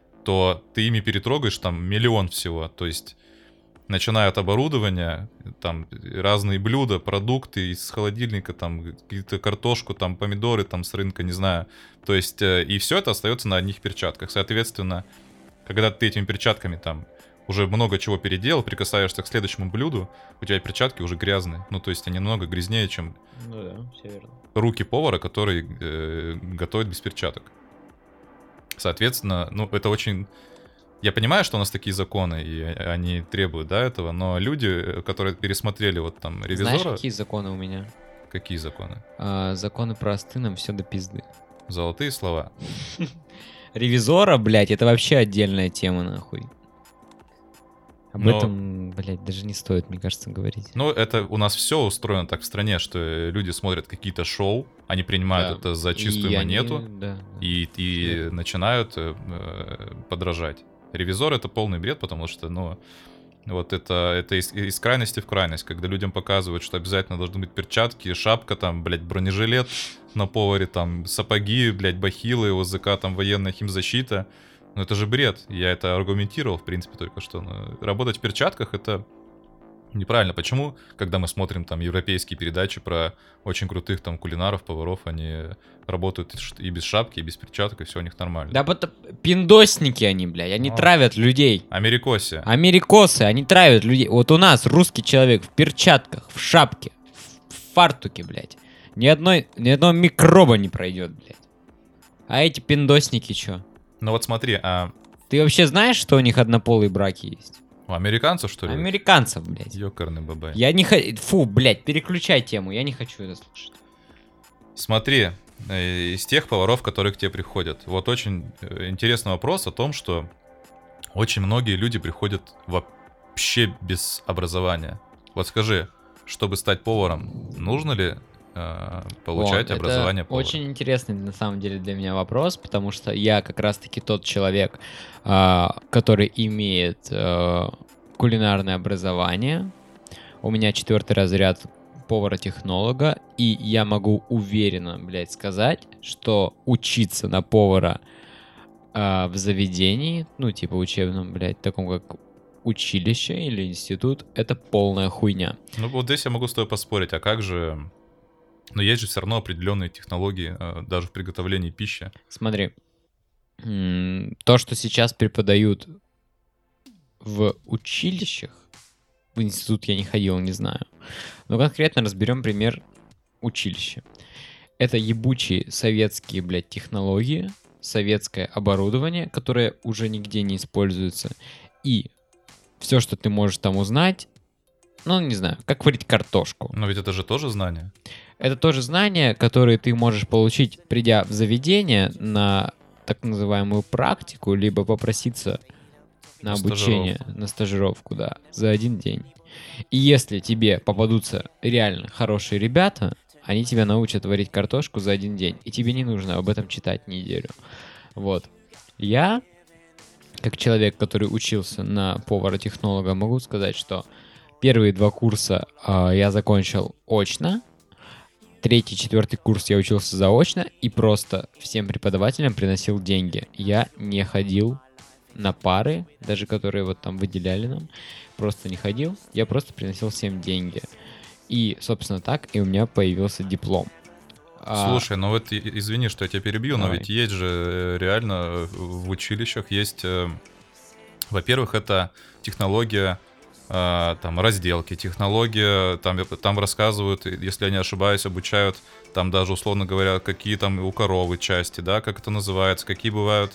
S1: то ты ими перетрогаешь там миллион всего. То есть, начиная от оборудования, там разные блюда, продукты из холодильника, там какие-то картошку, там помидоры там с рынка, не знаю. То есть, и все это остается на одних перчатках. Соответственно, когда ты этими перчатками там уже много чего переделал, прикасаешься к следующему блюду, у тебя перчатки уже грязные. Ну, то есть они намного грязнее, чем
S2: ну да, все верно.
S1: руки повара, который э, готовит без перчаток. Соответственно, ну, это очень... Я понимаю, что у нас такие законы, и они требуют, да, этого, но люди, которые пересмотрели вот там ревизора...
S2: Знаешь, какие законы у меня?
S1: Какие законы?
S2: А, законы просты, нам все до пизды.
S1: Золотые слова.
S2: Ревизора, блядь, это вообще отдельная тема, нахуй. Об Но... этом, блядь, даже не стоит, мне кажется, говорить.
S1: Ну, это у нас все устроено так в стране, что люди смотрят какие-то шоу, они принимают да. это за чистую и монету они... да, и, и начинают э, подражать. Ревизор — это полный бред, потому что, ну, вот это, это из, из крайности в крайность, когда людям показывают, что обязательно должны быть перчатки, шапка, там, блядь, бронежилет на поваре, там, сапоги, блядь, бахилы, ОЗК, там, военная химзащита. Ну это же бред, я это аргументировал, в принципе, только что. Но работать в перчатках — это неправильно. Почему, когда мы смотрим там европейские передачи про очень крутых там кулинаров, поваров, они работают и без шапки, и без перчаток, и все у них нормально?
S2: Да потому пиндосники они, блядь, они О. травят людей.
S1: Америкосы.
S2: Америкосы, они травят людей. Вот у нас русский человек в перчатках, в шапке, в фартуке, блядь. Ни одной, ни одного микроба не пройдет, блядь. А эти пиндосники чё?
S1: Ну вот смотри, а...
S2: Ты вообще знаешь, что у них однополые браки есть?
S1: У американцев, что ли?
S2: Американцев, блядь.
S1: Ёкарный бабай.
S2: Я не хочу... Фу, блядь, переключай тему, я не хочу это слушать.
S1: Смотри, из тех поваров, которые к тебе приходят. Вот очень интересный вопрос о том, что очень многие люди приходят в, вообще без образования. Вот скажи, чтобы стать поваром, нужно ли э, получать
S2: О,
S1: образование
S2: это
S1: повара?
S2: очень интересный на самом деле для меня вопрос, потому что я как раз-таки тот человек, а, который имеет а, кулинарное образование. У меня четвертый разряд повара-технолога, и я могу уверенно, блядь, сказать, что учиться на повара а, в заведении, ну, типа учебном, блядь, таком как училище или институт, это полная хуйня.
S1: Ну вот здесь я могу с тобой поспорить, а как же... Но есть же все равно определенные технологии, э, даже в приготовлении пищи.
S2: Смотри, м, то, что сейчас преподают в училищах, в институт я не ходил, не знаю, но конкретно разберем пример училища. Это ебучие советские, блядь, технологии, советское оборудование, которое уже нигде не используется, и все, что ты можешь там узнать, ну, не знаю, как варить картошку.
S1: Но ведь это же тоже знание.
S2: Это тоже знания, которые ты можешь получить, придя в заведение на так называемую практику, либо попроситься на,
S1: На
S2: обучение,
S1: стажировку.
S2: на стажировку, да, за один день. И если тебе попадутся реально хорошие ребята, они тебя научат варить картошку за один день, и тебе не нужно об этом читать неделю. Вот. Я, как человек, который учился на повара-технолога, могу сказать, что первые два курса э, я закончил очно, третий, четвертый курс я учился заочно и просто всем преподавателям приносил деньги. Я не ходил на пары, даже которые вот там выделяли нам, просто не ходил, я просто приносил всем деньги. И, собственно, так и у меня появился диплом. А,
S1: Слушай, ну вот и- извини, что я тебя перебью, но
S2: Давай.
S1: ведь есть же э, реально в училищах есть, э, во-первых, это технология э, там разделки, технология, там, э, там рассказывают, если я не ошибаюсь, обучают там даже, условно говоря, какие там у коровы части, да, как это называется, какие бывают...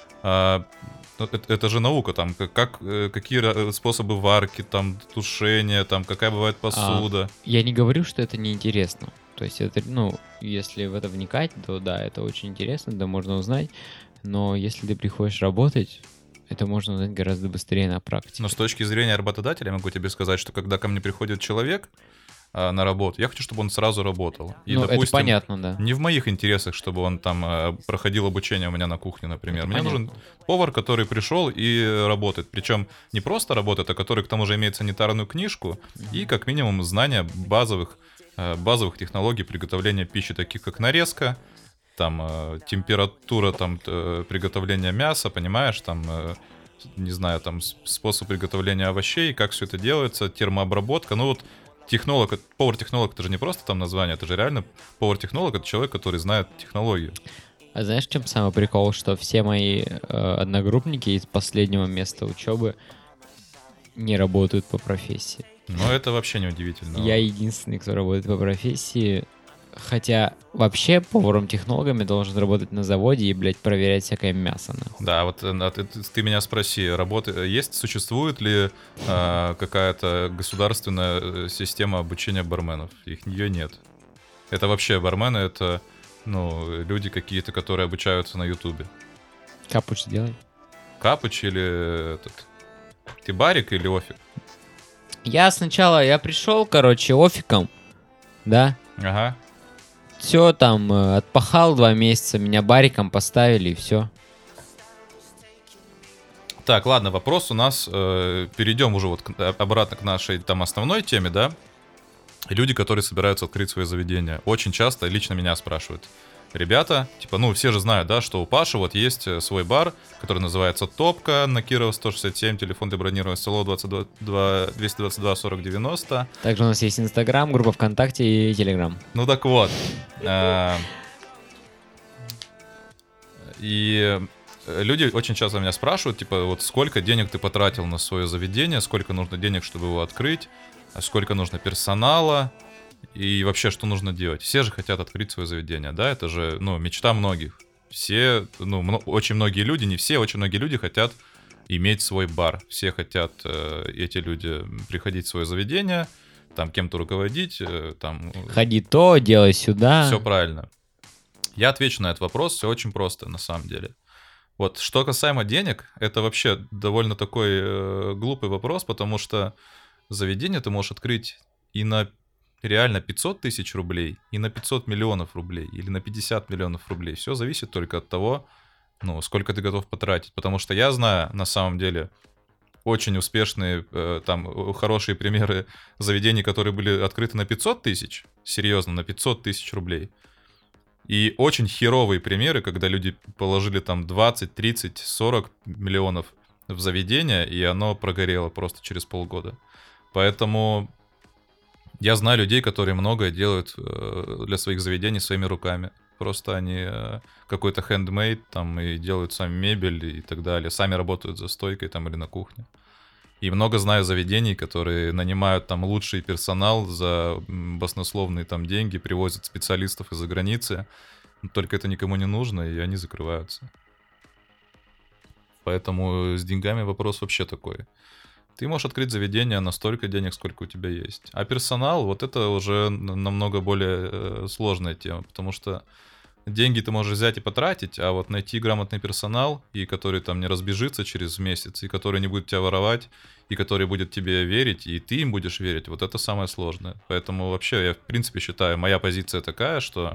S1: э, ну, это, это же наука, там, как, как, э, какие ра- способы варки, там, тушения, там, какая бывает посуда.
S2: я не говорю, что это неинтересно. То есть это, ну, если в это вникать, то да, это очень интересно, да, можно узнать. Но если ты приходишь работать, это можно узнать гораздо быстрее на практике.
S1: Но с точки зрения работодателя, я могу тебе сказать, что когда ко мне приходит человек а, на работу, я хочу, чтобы он сразу работал. И,
S2: ну,
S1: допустим,
S2: это понятно, да.
S1: не в моих интересах, чтобы он там а, проходил обучение у меня на кухне, например.
S2: Это
S1: Мне
S2: понятно.
S1: нужен повар, который пришел и работает. Причем не просто работает, а который к тому же имеет санитарную книжку и как минимум знания базовых, а, базовых технологий приготовления пищи, таких как нарезка, там э, температура там э, приготовления мяса, понимаешь, там э, не знаю, там с- способ приготовления овощей, как все это делается, термообработка. Ну вот технолог, это- повар-технолог, это же не просто там название, это же реально повар-технолог, это человек, который знает технологию.
S2: А знаешь, в чем самый прикол, что все мои э, одногруппники из последнего места учебы не работают по профессии.
S1: Но это вообще не удивительно.
S2: Я единственный, кто работает по профессии. Хотя вообще поваром-технологами должен работать на заводе и, блядь, проверять всякое мясо, нахуй.
S1: Да, вот э, а ты, ты- ты меня спроси, работа, есть, существует ли э, какая-то государственная э, система обучения барменов? Их ее нет. Это вообще бармены, это ну, люди какие-то, которые обучаются на Ютубе.
S2: Капуч делай.
S1: Капыч или этот... Ты барик или офик?
S2: Я сначала, я пришел, короче, офиком, да,
S1: Ага.
S2: все там, э, отпахал два месяца, меня бариком поставили и все.
S1: Так, ладно, вопрос у нас. Э, перейдем уже вот к- обратно к нашей там основной теме, да? Люди, которые собираются открыть свои заведения, очень часто лично меня спрашивают. Ребята, типа, ну, все же знают, да, что у Паши вот есть э, свой бар, который называется Топка, на Кирова сто шестьдесят семь, телефон для бронирования СЛО двадцать два двести двадцать два сорок девяносто.
S2: Также у нас есть Инстаграм, группа ВКонтакте и Телеграм.
S1: Ну так вот. э, И э, люди очень часто меня спрашивают, типа, вот сколько денег ты потратил на свое заведение, сколько нужно денег, чтобы его открыть, а сколько нужно персонала и вообще, что нужно делать. Все же хотят открыть свое заведение, да, это же, ну, мечта многих. Все, ну, мно- очень многие люди, не все, очень многие люди хотят иметь свой бар. Все хотят, э, эти люди, приходить в свое заведение, там кем-то руководить, э, там...
S2: Ходи то, делай сюда.
S1: Все правильно. Я отвечу на этот вопрос, все очень просто на самом деле. Вот что касаемо денег, это вообще довольно такой э, глупый вопрос, потому что заведение ты можешь открыть и на реально пятьсот тысяч рублей, и на пятьсот миллионов рублей, или на пятьдесят миллионов рублей. Все зависит только от того, ну, сколько ты готов потратить. Потому что я знаю, на самом деле, очень успешные, э, там, хорошие примеры заведений, которые были открыты на пятьсот тысяч, серьезно, на пятьсот тысяч рублей. И очень херовые примеры, когда люди положили там двадцать, тридцать, сорок миллионов в заведение, и оно прогорело просто через полгода. Поэтому я знаю людей, которые многое делают э, для своих заведений своими руками. Просто они э, какой-то handmade там и делают сами мебель и так далее. Сами работают за стойкой там или на кухне. И много знаю заведений, которые нанимают там лучший персонал за баснословные там деньги, привозят специалистов из-за границы. Только это никому не нужно, и они закрываются. Поэтому с деньгами вопрос вообще такой. Ты можешь открыть заведение на столько денег, сколько у тебя есть. А персонал, вот это уже намного более э, сложная тема, потому что деньги ты можешь взять и потратить, а вот найти грамотный персонал, и который там не разбежится через месяц, и который не будет тебя воровать, и который будет тебе верить, и ты им будешь верить, вот это самое сложное. Поэтому вообще я в принципе считаю, моя позиция такая, что...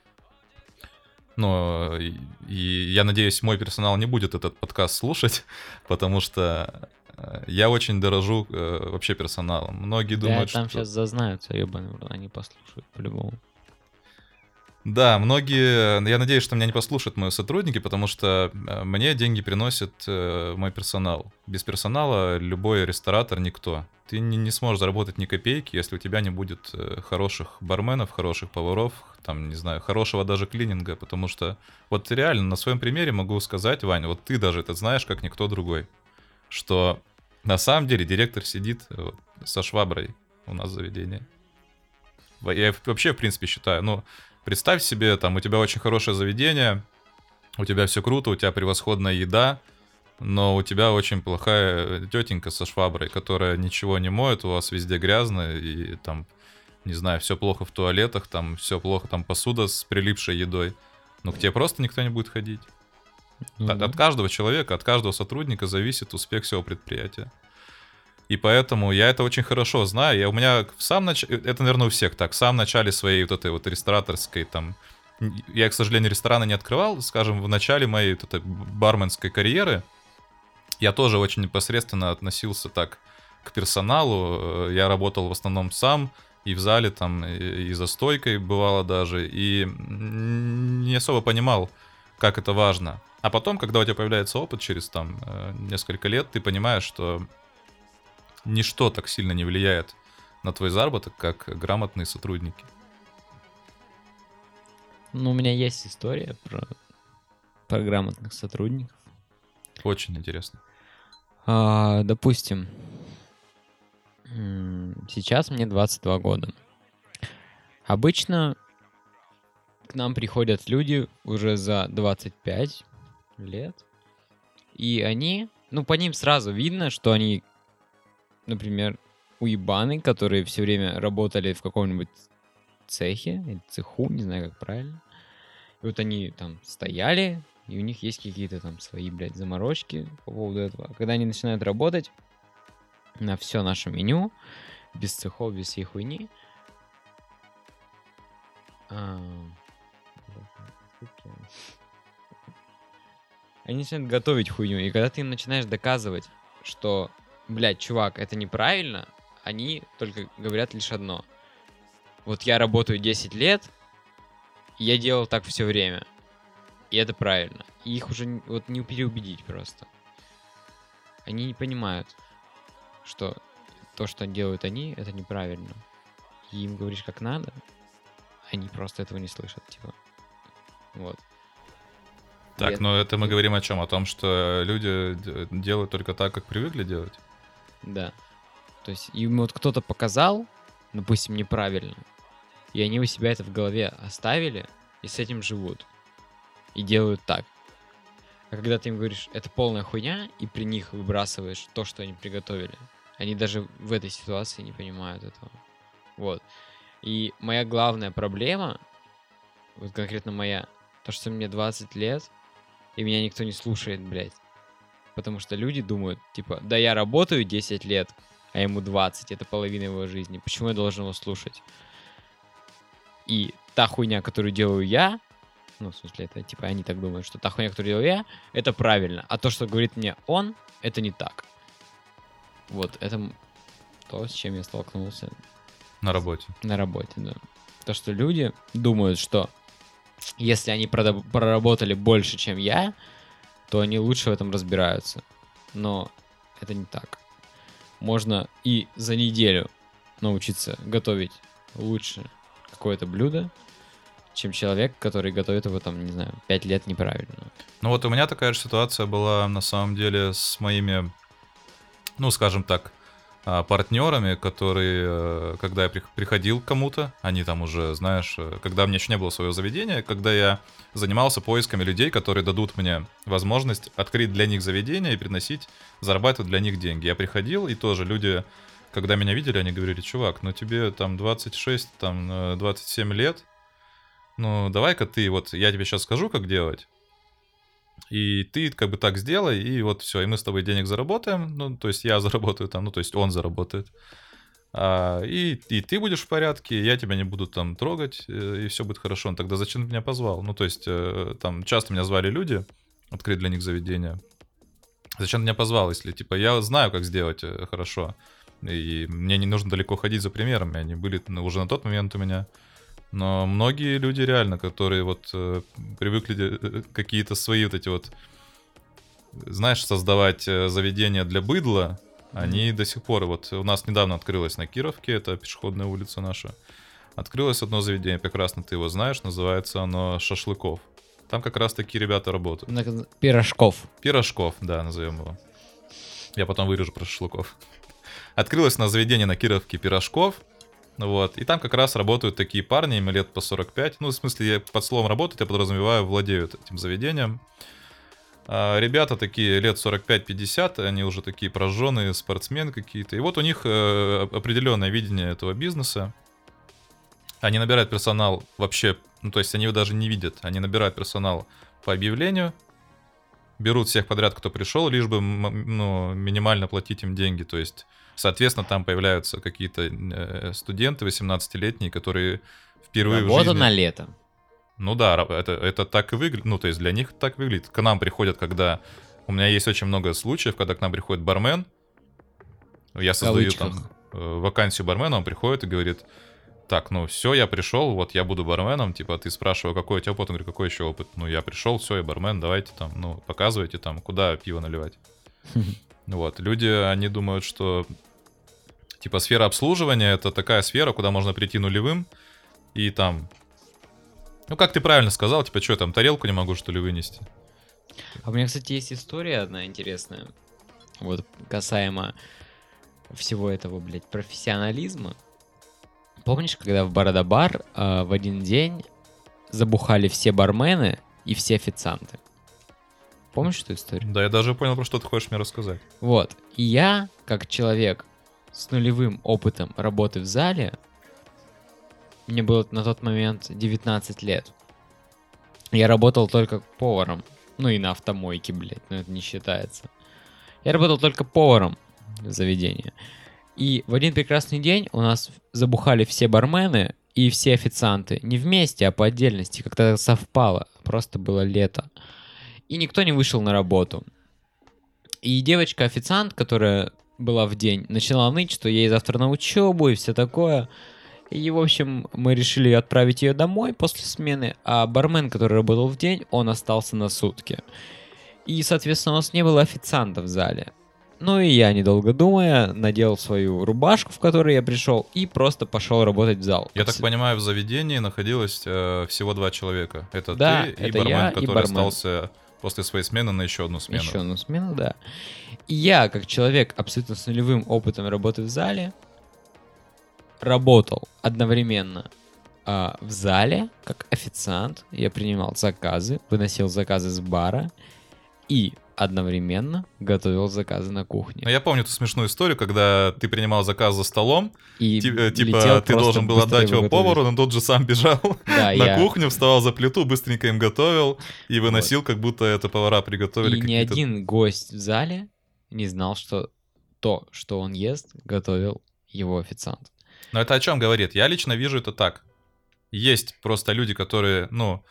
S1: Ну, и, и я надеюсь, мой персонал не будет этот подкаст слушать, потому что я очень дорожу э, вообще персоналом. Многие
S2: Да,
S1: думают,
S2: там
S1: что...
S2: сейчас зазнаются, ебаный в рот, они послушают по-любому.
S1: Да, многие, я надеюсь, что меня не послушают мои сотрудники, потому что мне деньги приносит э, мой персонал. Без персонала любой ресторатор никто. Ты не, не сможешь заработать ни копейки, если у тебя не будет э, хороших барменов, хороших поваров, там, не знаю, хорошего даже клининга, потому что вот реально на своем примере могу сказать, Ваня, вот ты даже это знаешь, как никто другой, что на самом деле директор сидит вот, со шваброй у нас в заведении. Я вообще, в принципе, считаю, ну, представь себе, там, у тебя очень хорошее заведение, у тебя все круто, у тебя превосходная еда, но у тебя очень плохая тетенька со шваброй, которая ничего не моет, у вас везде грязно, и там, не знаю, все плохо в туалетах, там, все плохо, там, посуда с прилипшей едой. Ну, к тебе просто никто не будет ходить.
S2: Ну,
S1: от,
S2: да.
S1: от каждого человека, от каждого сотрудника зависит успех всего предприятия. И поэтому я это очень хорошо знаю. Я у меня в самом начале, это, наверное, у всех так, в самом начале своей вот этой вот рестораторской там, я, к сожалению, рестораны не открывал, скажем, в начале моей вот этой барменской карьеры я тоже очень непосредственно относился так к персоналу. Я работал в основном сам, и в зале там, и, и за стойкой бывало даже, и не особо понимал, как это важно. А потом, когда у тебя появляется опыт через там несколько лет, ты понимаешь, что ничто так сильно не влияет на твой заработок, как грамотные сотрудники.
S2: Ну, у меня есть история про, про грамотных сотрудников.
S1: Очень интересно.
S2: А, допустим, сейчас мне двадцать два года. Обычно к нам приходят люди уже за двадцать пять лет, и они, ну, по ним сразу видно, что они, например, уебаны, которые все время работали в каком-нибудь цехе, или цеху, не знаю, как правильно. И вот они там стояли, и у них есть какие-то там свои, блядь, заморочки по поводу этого. А когда они начинают работать на все наше меню, без цехов, без всей хуйни, а... они начинают готовить хуйню. И когда ты им начинаешь доказывать, что, блядь, чувак, это неправильно, они только говорят лишь одно. Вот я работаю десять лет, и я делал так все время. И это правильно. И их уже вот не переубедить просто. Они не понимают, что то, что делают они, это неправильно. И им говоришь как надо, они просто этого не слышат, типа. Вот.
S1: Так,
S2: И
S1: но
S2: это...
S1: это мы говорим о чем? О том, что люди делают только так, как привыкли делать?
S2: Да. То есть им вот кто-то показал, допустим, неправильно, и они у себя это в голове оставили, и с этим живут. И делают так. А когда ты им говоришь, это полная хуйня, и при них выбрасываешь то, что они приготовили, они даже в этой ситуации не понимают этого. Вот. И моя главная проблема, вот конкретно моя, то, что мне двадцать лет, и меня никто не слушает, блядь. Потому что люди думают, типа, да я работаю десять лет, а ему двадцать, это половина его жизни. Почему я должен его слушать? И та хуйня, которую делаю я, ну, в смысле, это, типа, они так думают, что та хуйня, которую делаю я, это правильно. А то, что говорит мне он, это не так. Вот, это то, с чем я столкнулся.
S1: На работе.
S2: На работе, да. То, что люди думают, что если они продо- проработали больше, чем я, то они лучше в этом разбираются. Но это не так. Можно и за неделю научиться готовить лучше какое-то блюдо, чем человек, который готовит его, там, не знаю, пять лет неправильно.
S1: Ну вот у меня такая же ситуация была, на самом деле, с моими, ну, скажем так, партнерами, которые, когда я приходил к кому-то, они там уже, знаешь, когда у меня еще не было своего заведения, когда я занимался поисками людей, которые дадут мне возможность открыть для них заведение и приносить, зарабатывать для них деньги. Я приходил, и тоже люди, когда меня видели, они говорили: чувак, ну тебе там двадцать шесть, там двадцать семь лет, ну давай-ка ты, вот я тебе сейчас скажу, как делать, и ты как бы так сделай, и вот все, и мы с тобой денег заработаем, ну, то есть я заработаю там, ну, то есть он заработает, а, и, и ты будешь в порядке, я тебя не буду там трогать, и все будет хорошо. Он тогда зачем ты меня позвал? Ну, то есть там часто меня звали люди открыть для них заведение. Зачем ты меня позвал, если, типа, я знаю, как сделать хорошо, и мне не нужно далеко ходить за примерами, они были уже на тот момент у меня. Но многие люди реально, которые вот э, привыкли э, какие-то свои вот эти вот, знаешь, создавать э, заведения для быдла, mm-hmm. они до сих пор, вот у нас недавно открылось на Кировке, это пешеходная улица наша, открылось одно заведение, прекрасно ты его знаешь, называется оно «Шашлыков». Там как раз такие ребята работают.
S2: Пирожков.
S1: Пирожков, да, назовем его. Я потом вырежу про шашлыков. Открылось на заведение на Кировке «Пирожков». Вот, и там как раз работают такие парни, им лет по сорок пять. Ну, в смысле, я под словом «работают», я подразумеваю, владеют этим заведением. А ребята такие лет сорок пять пятьдесят, они уже такие прожженные спортсмены какие-то. И вот у них э, определенное видение этого бизнеса. Они набирают персонал вообще, ну, то есть они его даже не видят. Они набирают персонал по объявлению, берут всех подряд, кто пришел, лишь бы, ну, минимально платить им деньги, то есть... Соответственно, там появляются какие-то э, студенты восемнадцатилетние, которые впервые
S2: Работа
S1: в жизни...
S2: на лето.
S1: Ну да, это, это так и выглядит. Ну, то есть для них так выглядит. К нам приходят, когда... У меня есть очень много случаев, когда к нам приходит бармен. Я создаю там э, вакансию бармена, он приходит и говорит: так, ну все, я пришел, вот я буду барменом. Типа, ты спрашиваю, какой у тебя опыт? Он говорит: какой еще опыт? Ну, я пришел, все, я бармен, давайте там, ну, показывайте там, куда пиво наливать. Вот, люди, они думают, что, типа, сфера обслуживания — это такая сфера, куда можно прийти нулевым и там... Ну, как ты правильно сказал, типа, что, там, тарелку не могу, что ли, вынести?
S2: А у меня, кстати, есть история одна интересная, вот, касаемо всего этого, блядь, профессионализма. Помнишь, когда в Борода-бар э, в один день забухали все бармены и все официанты? Помнишь эту историю?
S1: Да, я даже понял, про что ты хочешь мне рассказать.
S2: Вот. И я, как человек с нулевым опытом работы в зале, мне было на тот момент девятнадцать лет. Я работал только поваром. Ну и на автомойке, блядь, но это не считается. Я работал только поваром в заведении. И в один прекрасный день у нас забухали все бармены и все официанты. Не вместе, а по отдельности. Как-то совпало. Просто было лето. И никто не вышел на работу. И девочка-официант, которая была в день, начала ныть, что ей завтра на учебу и все такое. И, в общем, мы решили отправить ее домой после смены, а бармен, который работал в день, он остался на сутки. И, соответственно, у нас не было официанта в зале. Ну и я, недолго думая, надел свою рубашку, в которой я пришел, и просто пошел работать в зал.
S1: Я так понимаю, в заведении находилось э, всего два человека. Это
S2: да,
S1: ты и
S2: это
S1: бармен,
S2: я,
S1: который
S2: и бармен.
S1: остался после своей смены на еще одну смену.
S2: Еще одну смену, да. И я, как человек абсолютно с нулевым опытом работы в зале, работал одновременно а, в зале, как официант. Я принимал заказы, выносил заказы с бара. И одновременно готовил заказы на кухне.
S1: Ну, я помню эту смешную историю, когда ты принимал заказ за столом,
S2: И
S1: ти- э,
S2: летел
S1: типа ты
S2: просто
S1: должен был
S2: быстрее
S1: отдать его
S2: готовить.
S1: повару, но тот же сам бежал
S2: Да,
S1: на
S2: я-
S1: кухню, вставал за плиту, быстренько им готовил и выносил, как будто это повара приготовили
S2: И ни
S1: какие-то...
S2: один гость в зале не знал, что то, что он ест, готовил его официант.
S1: Но это о чем говорит? Я лично вижу это так. Есть просто люди, которые, ну,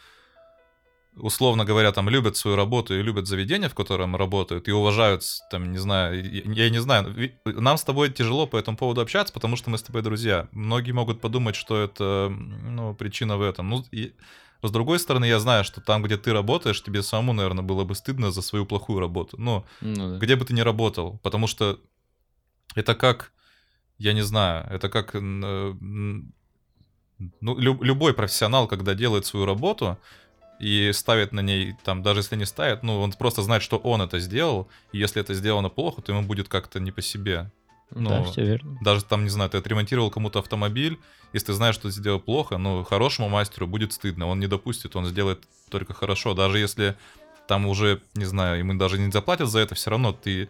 S1: условно говоря, там, любят свою работу и любят заведение, в котором работают, и уважают, там, не знаю, я, я не знаю, ви- нам с тобой тяжело по этому поводу общаться, потому что мы с тобой друзья. Многие могут подумать, что это, ну, причина в этом. Ну, и с другой стороны, я знаю, что там, где ты работаешь, тебе самому, наверное, было бы стыдно за свою плохую работу. Ну,
S2: Ну, да.
S1: где бы ты ни работал, потому что это как, я не знаю, это как, н- н- ну, лю- любой профессионал, когда делает свою работу и ставит на ней, там, даже если не ставит, ну, он просто знает, что он это сделал, и если это сделано плохо, то ему будет как-то не по себе.
S2: Ну, да,
S1: ну,
S2: все верно.
S1: Даже там, не знаю, ты отремонтировал кому-то автомобиль, если ты знаешь, что ты сделал плохо, ну, хорошему мастеру будет стыдно, он не допустит, он сделает только хорошо, даже если там уже, не знаю, ему даже не заплатят за это, все равно ты...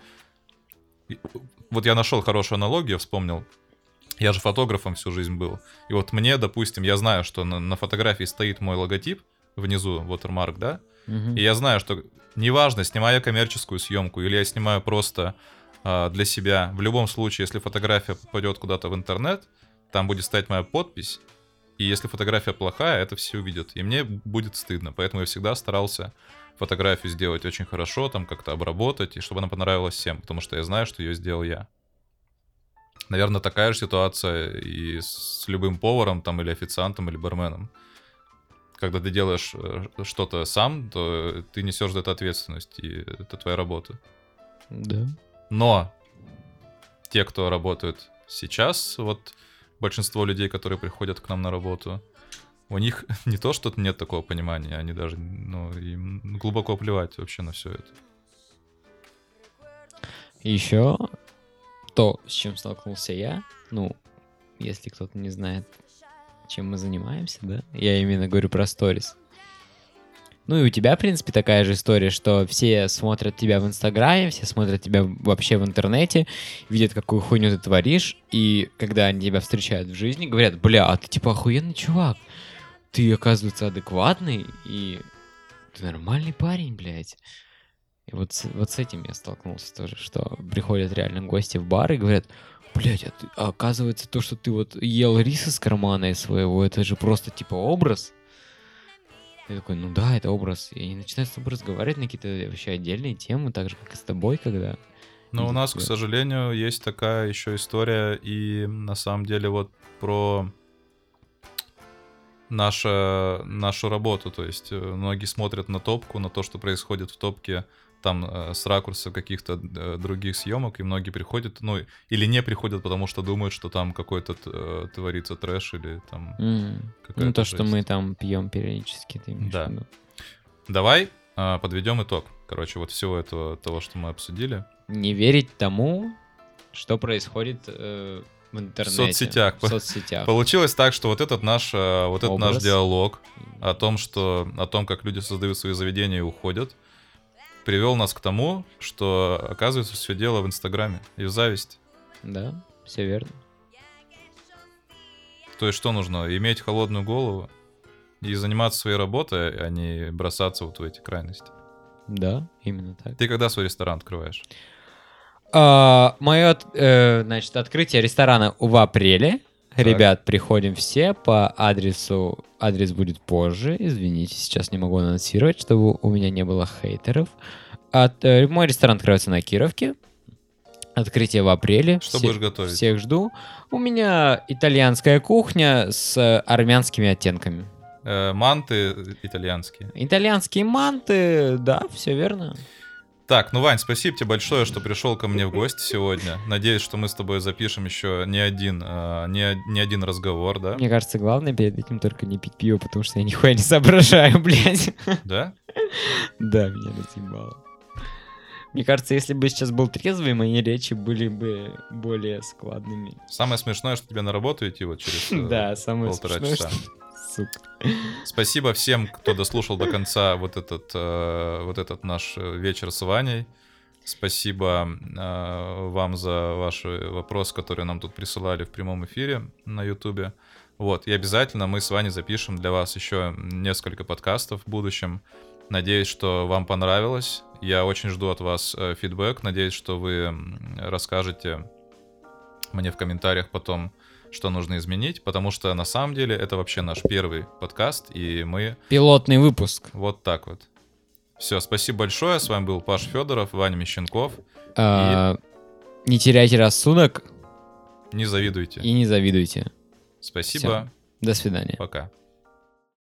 S1: И- Вот я нашел хорошую аналогию, вспомнил. Я же фотографом всю жизнь был. И вот мне, допустим, я знаю, что на, на фотографии стоит мой логотип, внизу, watermark, да?
S2: Мгм.
S1: И я знаю, что неважно, снимаю я коммерческую съемку или я снимаю просто а, для себя, в любом случае, если фотография попадет куда-то в интернет, там будет стоять моя подпись, и если фотография плохая, это все увидят. И мне будет стыдно, поэтому я всегда старался фотографию сделать очень хорошо, там как-то обработать, и чтобы она понравилась всем, потому что я знаю, что ее сделал я. Наверное, такая же ситуация и с любым поваром там, или официантом, или барменом. Когда ты делаешь э, что-то сам, то ты несешь за это ответственность, и это твоя работа.
S2: Да.
S1: Но те, кто работают сейчас, вот большинство людей, которые приходят к нам на работу, у них не то, что нет такого понимания, они даже, ну, им глубоко плевать вообще на все это.
S2: Еще то, с чем столкнулся я, ну, если кто-то не знает, чем мы занимаемся, да, я именно говорю про сторис. Ну и у тебя, в принципе, такая же история, что все смотрят тебя в Инстаграме, все смотрят тебя вообще в интернете, видят, какую хуйню ты творишь, и когда они тебя встречают в жизни, говорят: бля, а ты типа охуенный чувак, ты, оказывается, адекватный, и ты нормальный парень, блядь. И вот с, вот с этим я столкнулся тоже, что приходят реально гости в бар и говорят: блядь, а, ты, а оказывается, то, что ты вот ел рис из кармана из своего, это же просто типа образ. Я такой: ну да, это образ. И они начинают с тобой разговаривать на какие-то вообще отдельные темы, так же, как и с тобой, когда...
S1: Но у
S2: видят
S1: нас, к
S2: тебя.
S1: сожалению, есть такая еще история, и на самом деле вот про наша, нашу работу. То есть э, многие смотрят на топку, на то, что происходит в топке, там э, с ракурса каких-то э, других съемок, и многие приходят, ну, или не приходят, потому что думают, что там какой-то э, творится трэш или там
S2: М.
S1: какая-то
S2: Ну то, что
S1: жесть.
S2: мы там пьем периодически, ты имеешь
S1: Да.
S2: в виду.
S1: Давай э, подведем итог. Короче, вот всего этого, того, что мы обсудили.
S2: Не верить тому, что происходит э, в интернете.
S1: соцсетях.
S2: В соцсетях.
S1: Получилось так, что вот этот наш, э, вот этот наш
S2: Образ.
S1: диалог о том, что, о том, как люди создают свои заведения и уходят, привел нас к тому, что, оказывается, все дело в Инстаграме и в зависти.
S2: Да, все верно.
S1: То есть что нужно? Иметь холодную голову и заниматься своей работой, а не бросаться вот в эти крайности.
S2: Да, именно так.
S1: Ты когда свой ресторан открываешь?
S2: А, мое, э, значит, открытие ресторана в апреле. Ребят, приходим все по адресу. Адрес будет позже. Извините, сейчас не могу анонсировать, чтобы у меня не было хейтеров. От, э, мой ресторан открывается на Кировке. Открытие в апреле.
S1: Что
S2: Все-
S1: будешь готовить?
S2: Всех жду. У меня итальянская кухня с армянскими оттенками.
S1: Э, манты итальянские.
S2: Итальянские манты, да, все верно.
S1: Так, ну, Вань, спасибо тебе большое, что пришел ко мне в гости сегодня. Надеюсь, что мы с тобой запишем еще не один, э, не, не один разговор, да?
S2: Мне кажется, главное перед этим только не пить пиво, потому что я нихуя не соображаю, блядь.
S1: Да?
S2: Да, меня разъебало. Мне кажется, если бы сейчас был трезвый, мои речи были бы более складными.
S1: Самое смешное, что тебе на работу идти вот через э,
S2: Да, самое
S1: полтора
S2: смешное,
S1: часа.
S2: что... Сука.
S1: Спасибо всем, кто дослушал до конца вот этот, э, вот этот наш вечер с Ваней. Спасибо э, вам за ваши вопросы, которые нам тут присылали в прямом эфире на Ютубе. Вот, и обязательно мы с Ваней запишем для вас еще несколько подкастов в будущем. Надеюсь, что вам понравилось. Я очень жду от вас э, фидбэк. Надеюсь, что вы расскажете мне в комментариях потом, что нужно изменить, потому что на самом деле это вообще наш первый подкаст, и мы...
S2: Пилотный выпуск.
S1: Вот так вот. Все, спасибо большое. С вами был Паш Федоров, Ваня Мещенков.
S2: А, и... Не теряйте рассудок.
S1: Не завидуйте.
S2: И не завидуйте.
S1: Спасибо.
S2: Всё. До свидания.
S1: Пока.